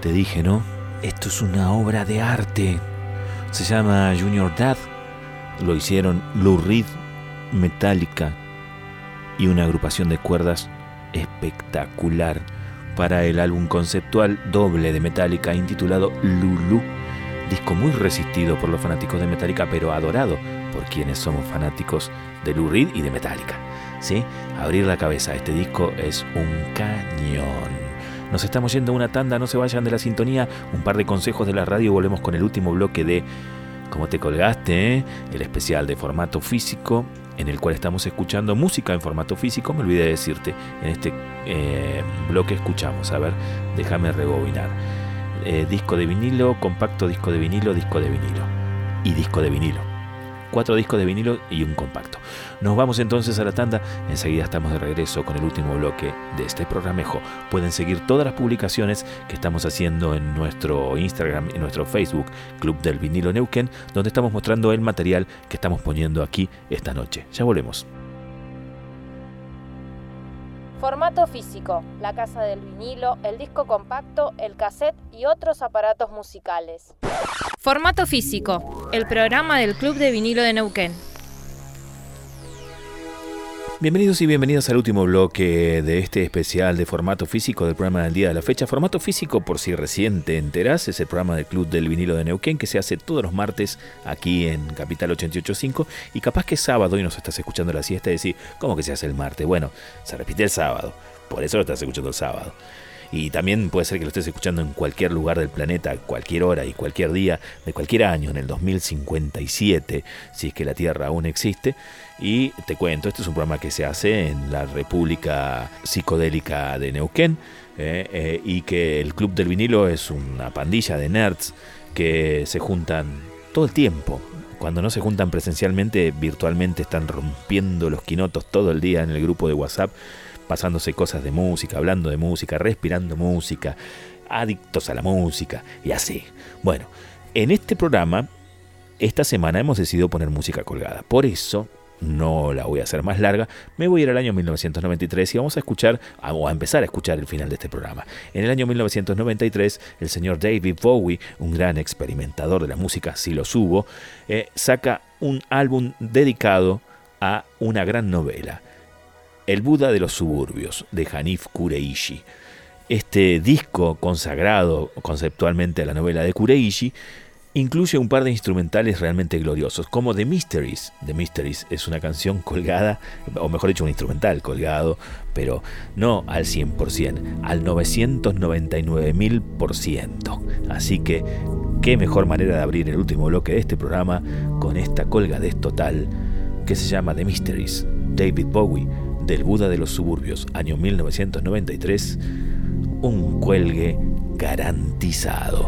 Te dije, ¿no? Esto es una obra de arte. Se llama Junior Dad. Lo hicieron Lou Reed, Metallica y una agrupación de cuerdas espectacular para el álbum conceptual doble de Metallica intitulado Lulu. Disco muy resistido por los fanáticos de Metallica, pero adorado por quienes somos fanáticos de Lou Reed y de Metallica. ¿Sí? Abrir la cabeza, este disco es un cañón. Nos estamos yendo a una tanda, no se vayan de la sintonía. Un par de consejos de la radio y volvemos con el último bloque de ¿Cómo te colgaste? El especial de formato físico, en el cual estamos escuchando música en formato físico. Me olvidé de decirte, en este bloque escuchamos, a ver, déjame rebobinar. Disco de vinilo, compacto, disco de vinilo y disco de vinilo. 4 discos de vinilo y un compacto. Nos vamos entonces a la tanda. Enseguida estamos de regreso con el último bloque de este programejo. Pueden seguir todas las publicaciones que estamos haciendo en nuestro Instagram y nuestro Facebook, Club del Vinilo Neuquén, donde estamos mostrando el material que estamos poniendo aquí esta noche. Ya volvemos. Formato físico, la casa del vinilo, el disco compacto, el cassette y otros aparatos musicales. Formato físico, el programa del Club de Vinilo de Neuquén. Bienvenidos y bienvenidas al último bloque de este especial de formato físico del programa del día de la fecha. Formato físico, por si recién te enterás, es el programa del Club del Vinilo de Neuquén que se hace todos los martes aquí en Capital 88.5 y capaz que es sábado y nos estás escuchando la siesta y decís, ¿cómo que se hace el martes? Bueno, se repite el sábado, por eso lo estás escuchando el sábado. Y también puede ser que lo estés escuchando en cualquier lugar del planeta, cualquier hora y cualquier día de cualquier año, en el 2057, si es que la Tierra aún existe. Y te cuento, este es un programa que se hace en la República Psicodélica de Neuquén, y que el Club del Vinilo es una pandilla de nerds que se juntan todo el tiempo. Cuando no se juntan presencialmente, virtualmente están rompiendo los quinotos todo el día en el grupo de WhatsApp, pasándose cosas de música, hablando de música, respirando música, adictos a la música y así. Bueno, en este programa, esta semana hemos decidido poner música colgada. Por eso, no la voy a hacer más larga, me voy a ir al año 1993 y vamos a escuchar, o a empezar a escuchar el final de este programa. En el año 1993, el señor David Bowie, un gran experimentador de la música, si lo subo, saca un álbum dedicado a una gran novela, El Buda de los suburbios, de Hanif Kureishi. Este disco consagrado conceptualmente a la novela de Kureishi incluye un par de instrumentales realmente gloriosos, como The Mysteries. The Mysteries es una canción colgada, o mejor dicho, un instrumental colgado, pero no al 100%, al 999.000%. Así que, qué mejor manera de abrir el último bloque de este programa con esta colgadez total que se llama The Mysteries, David Bowie, del Buda de los suburbios, año 1993, un cuelgue garantizado.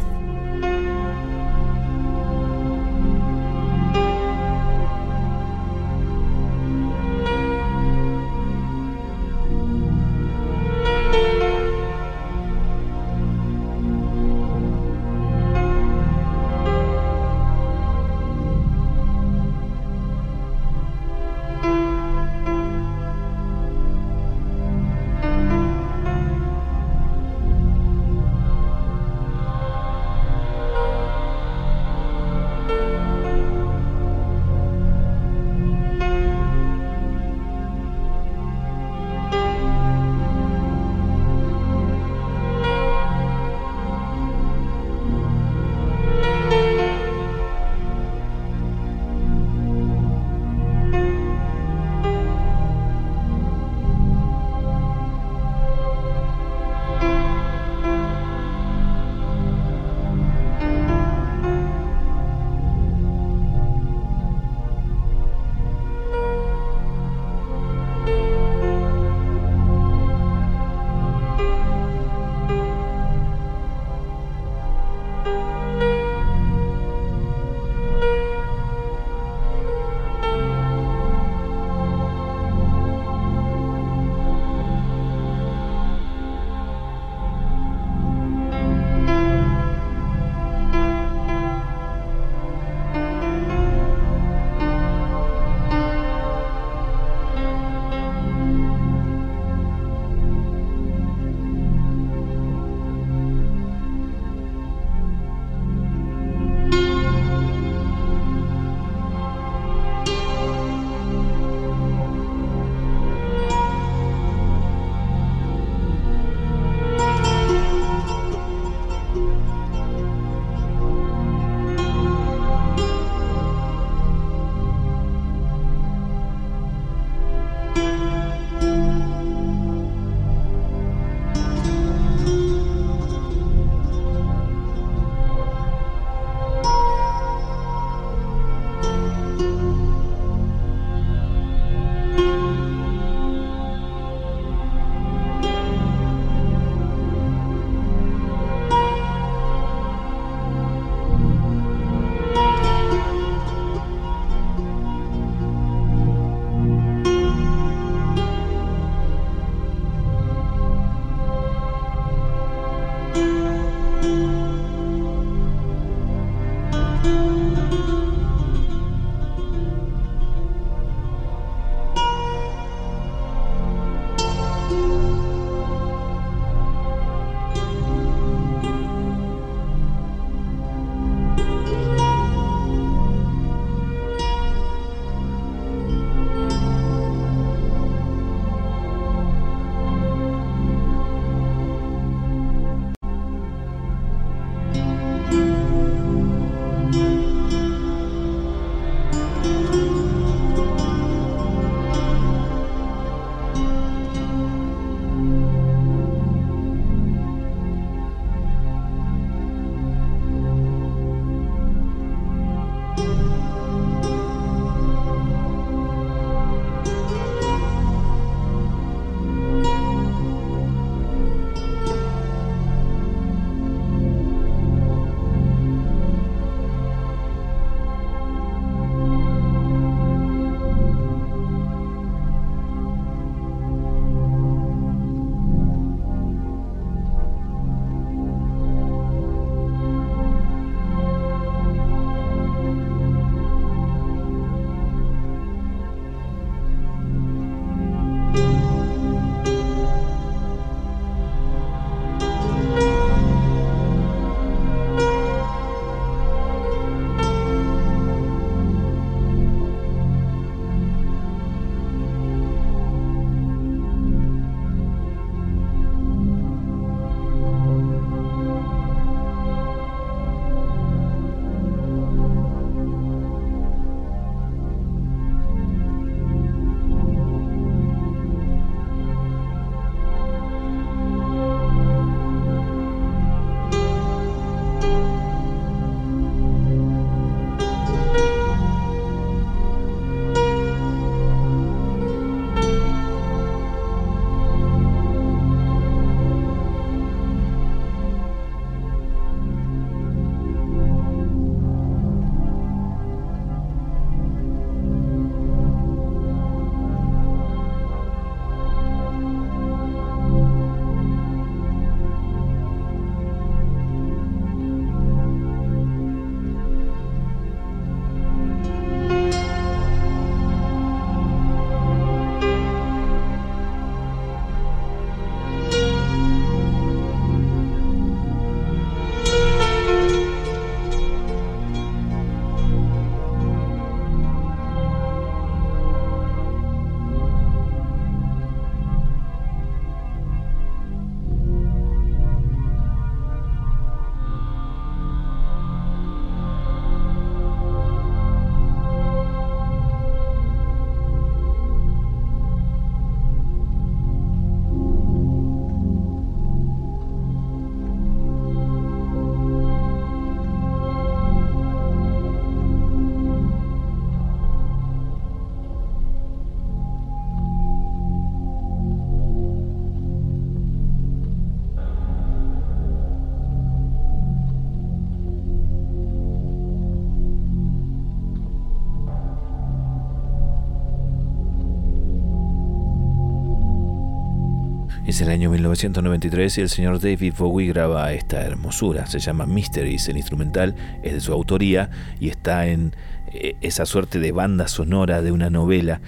Es el año 1993 y el señor David Bowie graba esta hermosura. Se llama Mysteries, el instrumental es de su autoría y está en esa suerte de banda sonora de una novela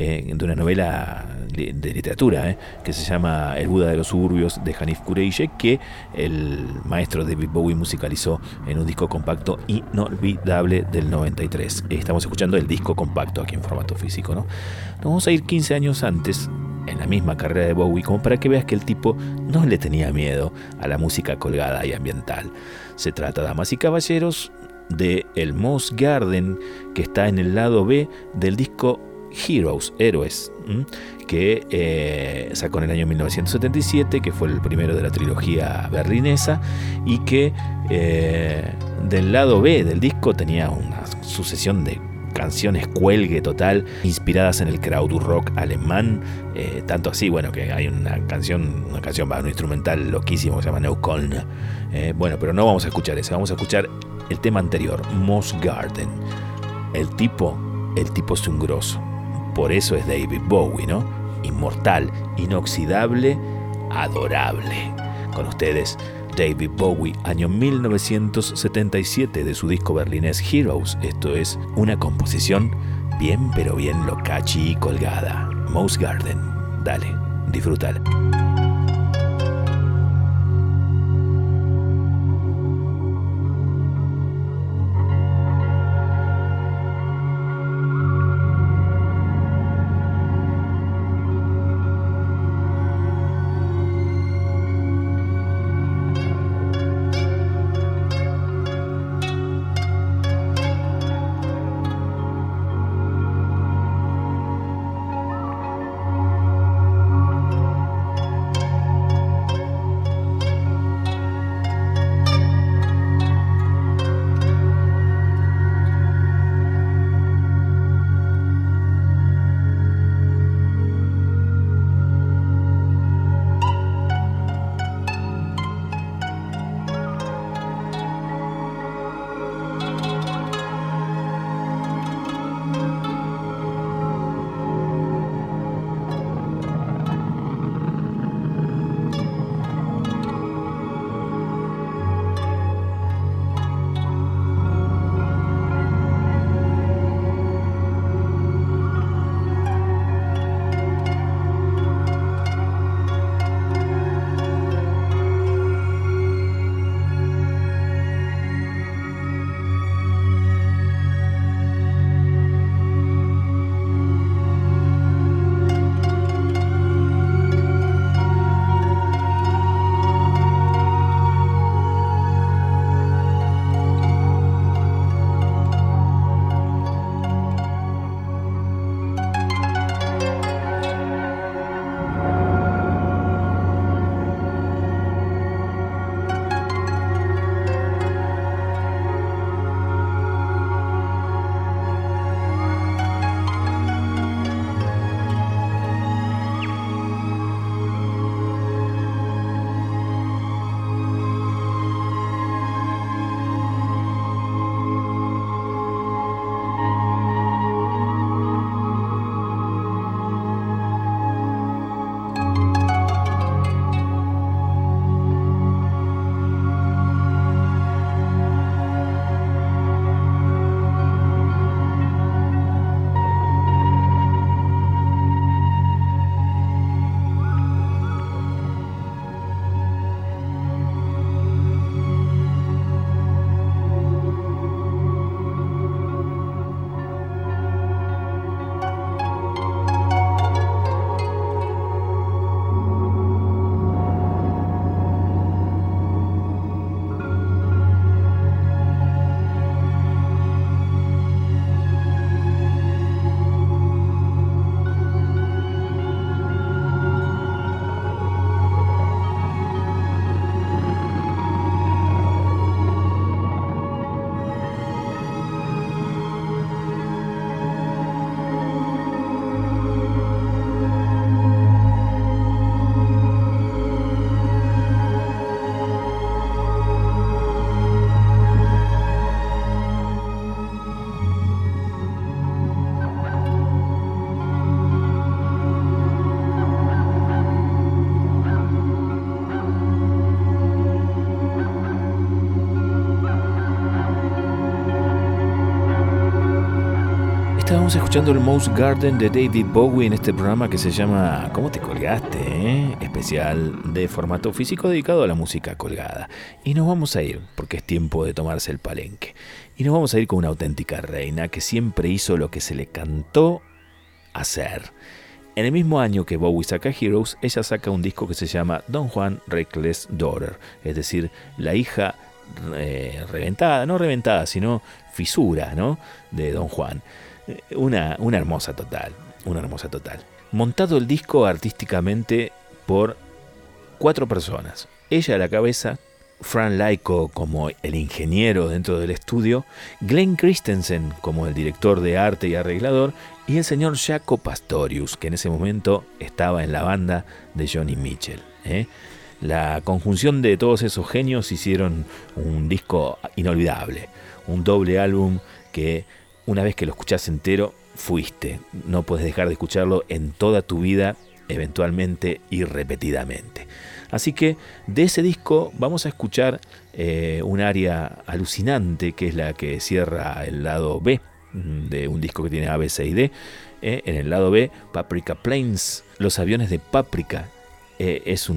de literatura, que se llama El Buda de los suburbios, de Hanif Kureishi, que el maestro David Bowie musicalizó en un disco compacto inolvidable del 93. Estamos escuchando el disco compacto aquí en formato físico, ¿no? Nos vamos a ir 15 años antes, en la misma carrera de Bowie, como para que veas que el tipo no le tenía miedo a la música colgada y ambiental. Se trata, damas y caballeros, de el Moss Garden, que está en el lado B del disco Heroes, Héroes, que sacó en el año 1977, que fue el primero de la trilogía berlinesa, y que del lado B del disco tenía una sucesión de canciones cuelgue total, inspiradas en el krautrock alemán, tanto así, bueno, que hay un instrumental loquísimo que se llama Neukölln. Bueno, pero no vamos a escuchar ese, vamos a escuchar el tema anterior, Moss Garden. El tipo es un grosso, por eso es David Bowie, ¿no? Inmortal, inoxidable, adorable. Con ustedes, David Bowie, año 1977, de su disco berlinés Heroes. Esto es una composición bien pero bien locachi y colgada. Moss Garden. Dale, disfrútala. Estamos escuchando el Mouse Garden de David Bowie en este programa que se llama ¿Cómo te colgaste? Especial de formato físico dedicado a la música colgada. Y nos vamos a ir, porque es tiempo de tomarse el palenque. Y nos vamos a ir con una auténtica reina que siempre hizo lo que se le cantó hacer. En el mismo año que Bowie saca Heroes, ella saca un disco que se llama Don Juan Reckless Daughter, es decir, la hija reventada, no reventada, sino fisura, ¿no?, de Don Juan. Una hermosa total, una hermosa total. Montado el disco artísticamente por 4 personas. Ella a la cabeza, Fran Lyko como el ingeniero dentro del estudio, Glenn Christensen como el director de arte y arreglador, y el señor Jaco Pastorius, que en ese momento estaba en la banda de Joni Mitchell. La conjunción de todos esos genios hicieron un disco inolvidable, un doble álbum que una vez que lo escuchás entero, fuiste. No puedes dejar de escucharlo en toda tu vida, eventualmente y repetidamente. Así que de ese disco vamos a escuchar un área alucinante, que es la que cierra el lado B de un disco que tiene A, B, C y D. En el lado B, Paprika Plains, los aviones de Paprika. Es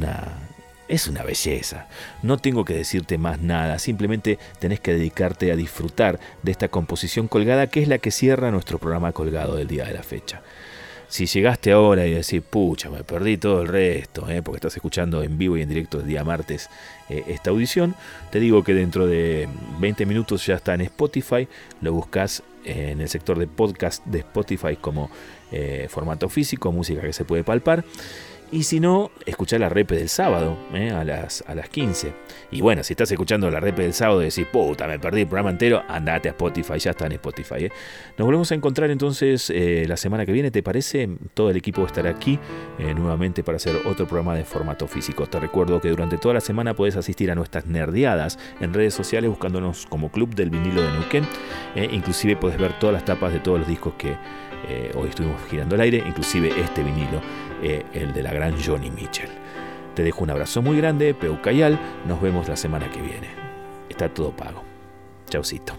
una belleza. No tengo que decirte más nada, simplemente tenés que dedicarte a disfrutar de esta composición colgada, que es la que cierra nuestro programa colgado del día de la fecha. Si llegaste ahora y decís, pucha, me perdí todo el resto, porque estás escuchando en vivo y en directo el día martes esta audición, te digo que dentro de 20 minutos ya está en Spotify. Lo buscas en el sector de podcast de Spotify como formato físico, música que se puede palpar. Y si no, escuchá la repe del sábado a las 15. Y bueno, si estás escuchando la repe del sábado y decís, puta, me perdí el programa entero, andate a Spotify, ya está en Spotify. Nos volvemos a encontrar entonces la semana que viene, ¿te parece? Todo el equipo estará aquí nuevamente para hacer otro programa de formato físico. Te recuerdo que durante toda la semana podés asistir a nuestras nerdeadas en redes sociales buscándonos como Club del Vinilo de Neuquén. Inclusive podés ver todas las tapas de todos los discos que hoy estuvimos girando al aire, inclusive este vinilo, el de la gran Joni Mitchell. Te dejo un abrazo muy grande, Peucayal. Nos vemos la semana que viene. Está todo pago. Chaucito.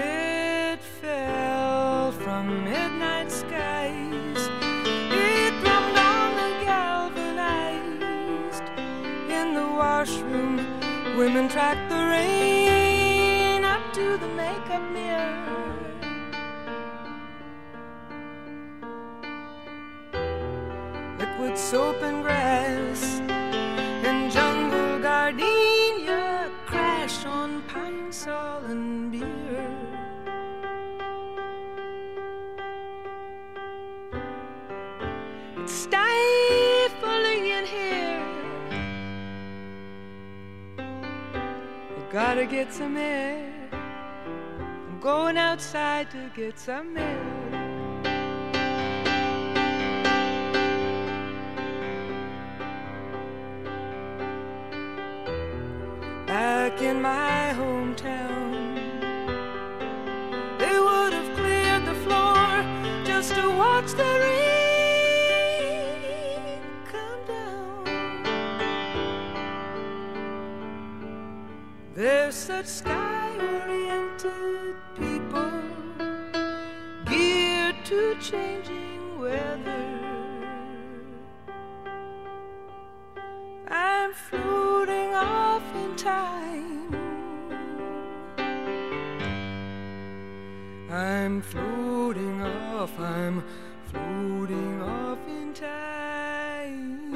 It fell from midnight skies. It drummed on the galvanized. In the washroom, women tracked the rain up to the makeup mirror. Liquid soap and grass and jungle gardenia crash on pine sol and beer. It's stifling in here. You gotta get some air. I'm going outside to get some air. Back in my hometown, they would have cleared the floor just to watch the rain come down. They're such sky-oriented people, geared to changing weather. I'm floating off in time. I'm floating off in time.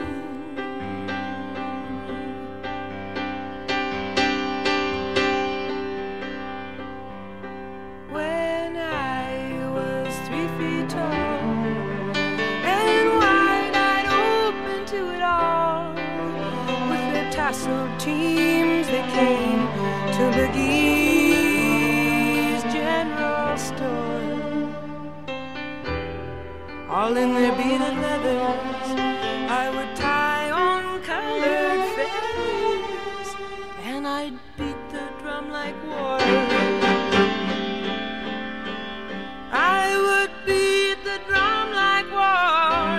When I was 3 feet tall and wide-eyed, open to it all, tasseled teams that came to McGee's General Store, all in their beaded leathers. I would tie on colored feathers, and I'd beat the drum like war. I would beat the drum like war.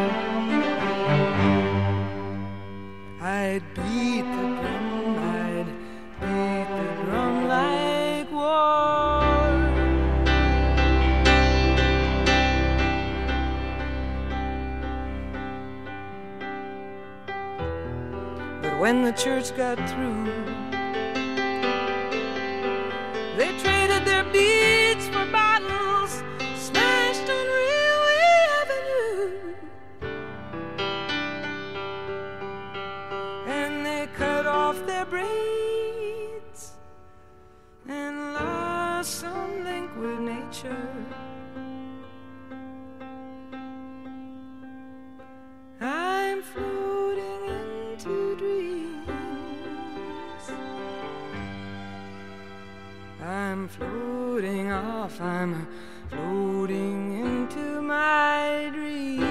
I'd beat the drum, I'd beat the drum like war. the church got through. They traded their beads for bottles smashed on Railway Avenue, and they cut off their braids and lost some link with nature. I'm floating into dreams. I'm floating off, I'm floating into my dreams.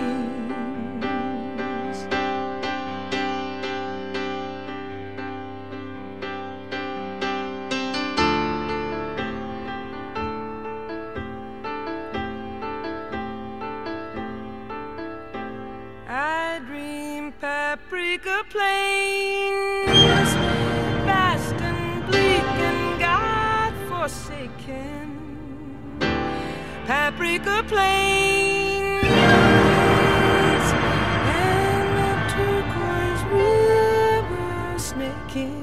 I dream paprika plains, vast and bleak and God-forsaken. Paprika plains and the turquoise river snaking.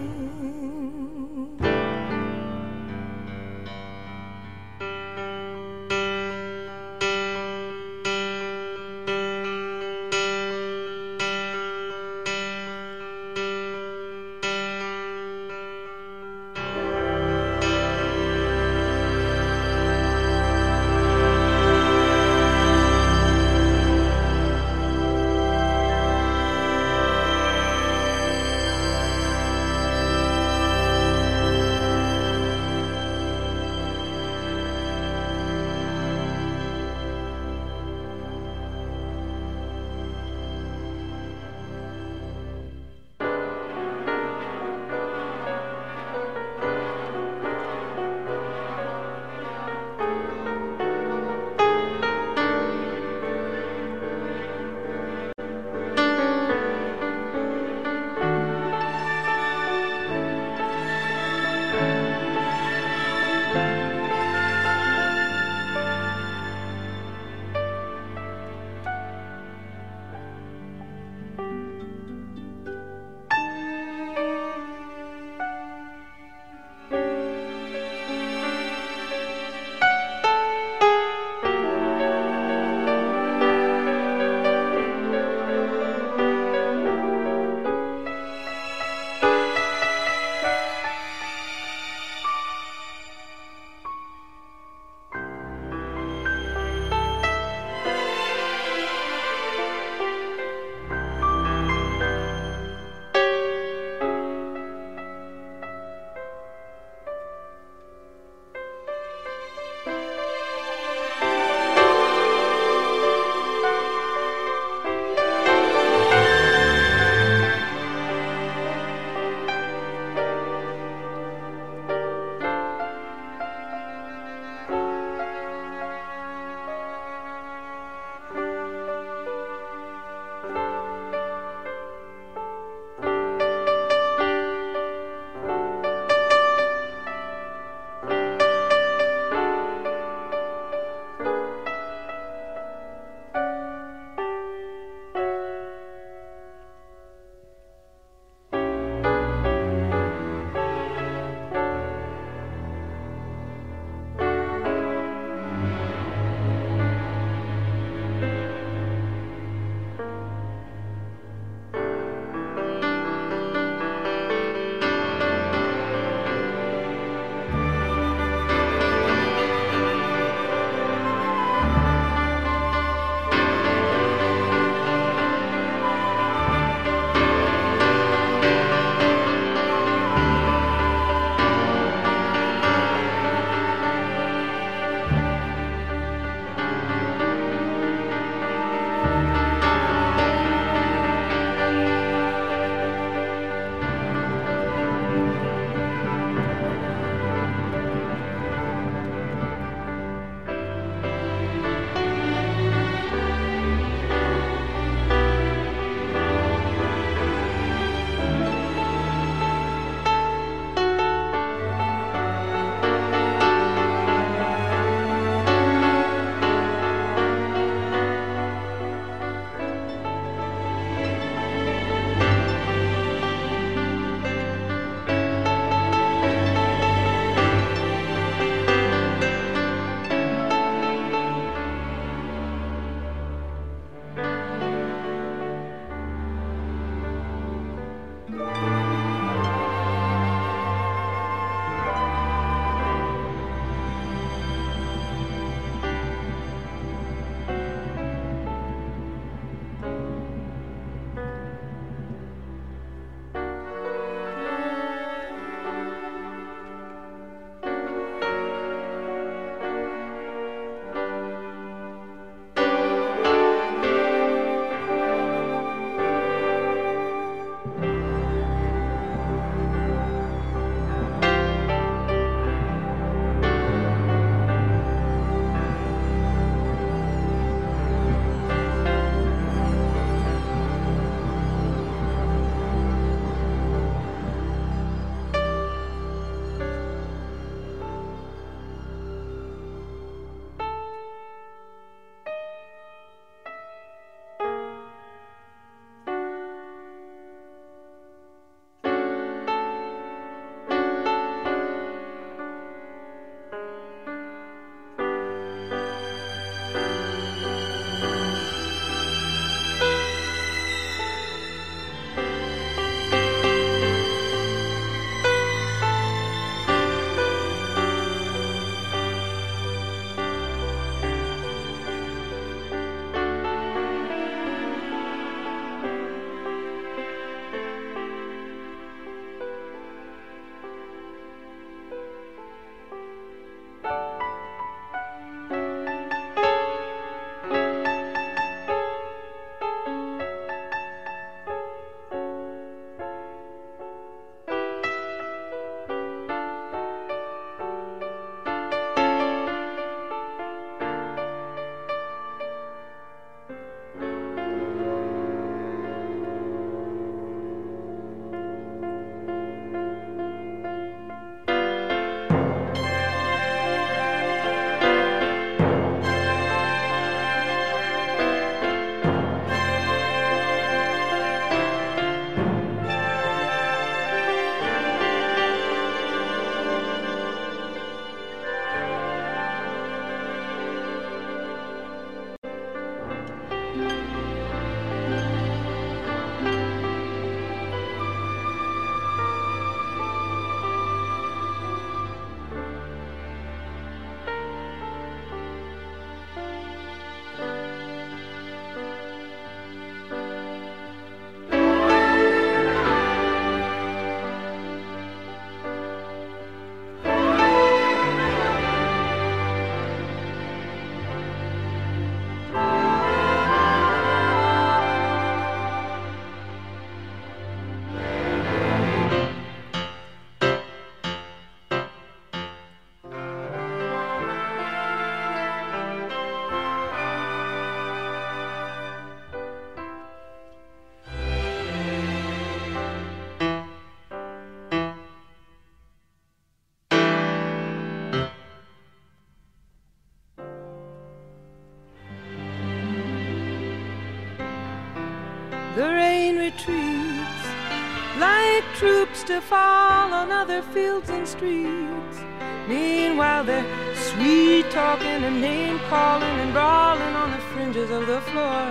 retreats, like troops to fall on other fields and streets. Meanwhile they're sweet talking and name calling and brawling on the fringes of the floor.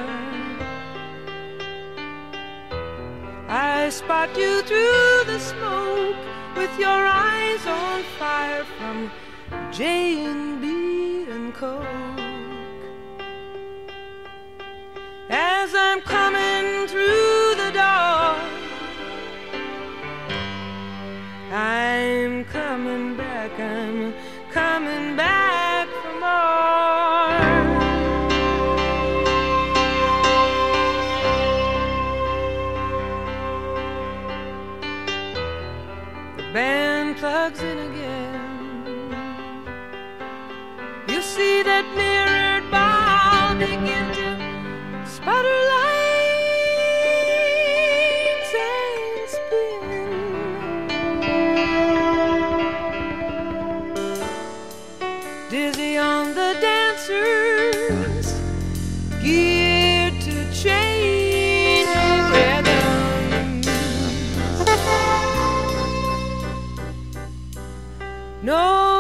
I spot you through the smoke with your eyes on fire from J&B and Coke. As I'm coming through the door, I'm coming back for more. The band plugs in again. You see that mirrored ball begin to sputter lights and spin. Dizzy on the dancers, geared to change rhythms. No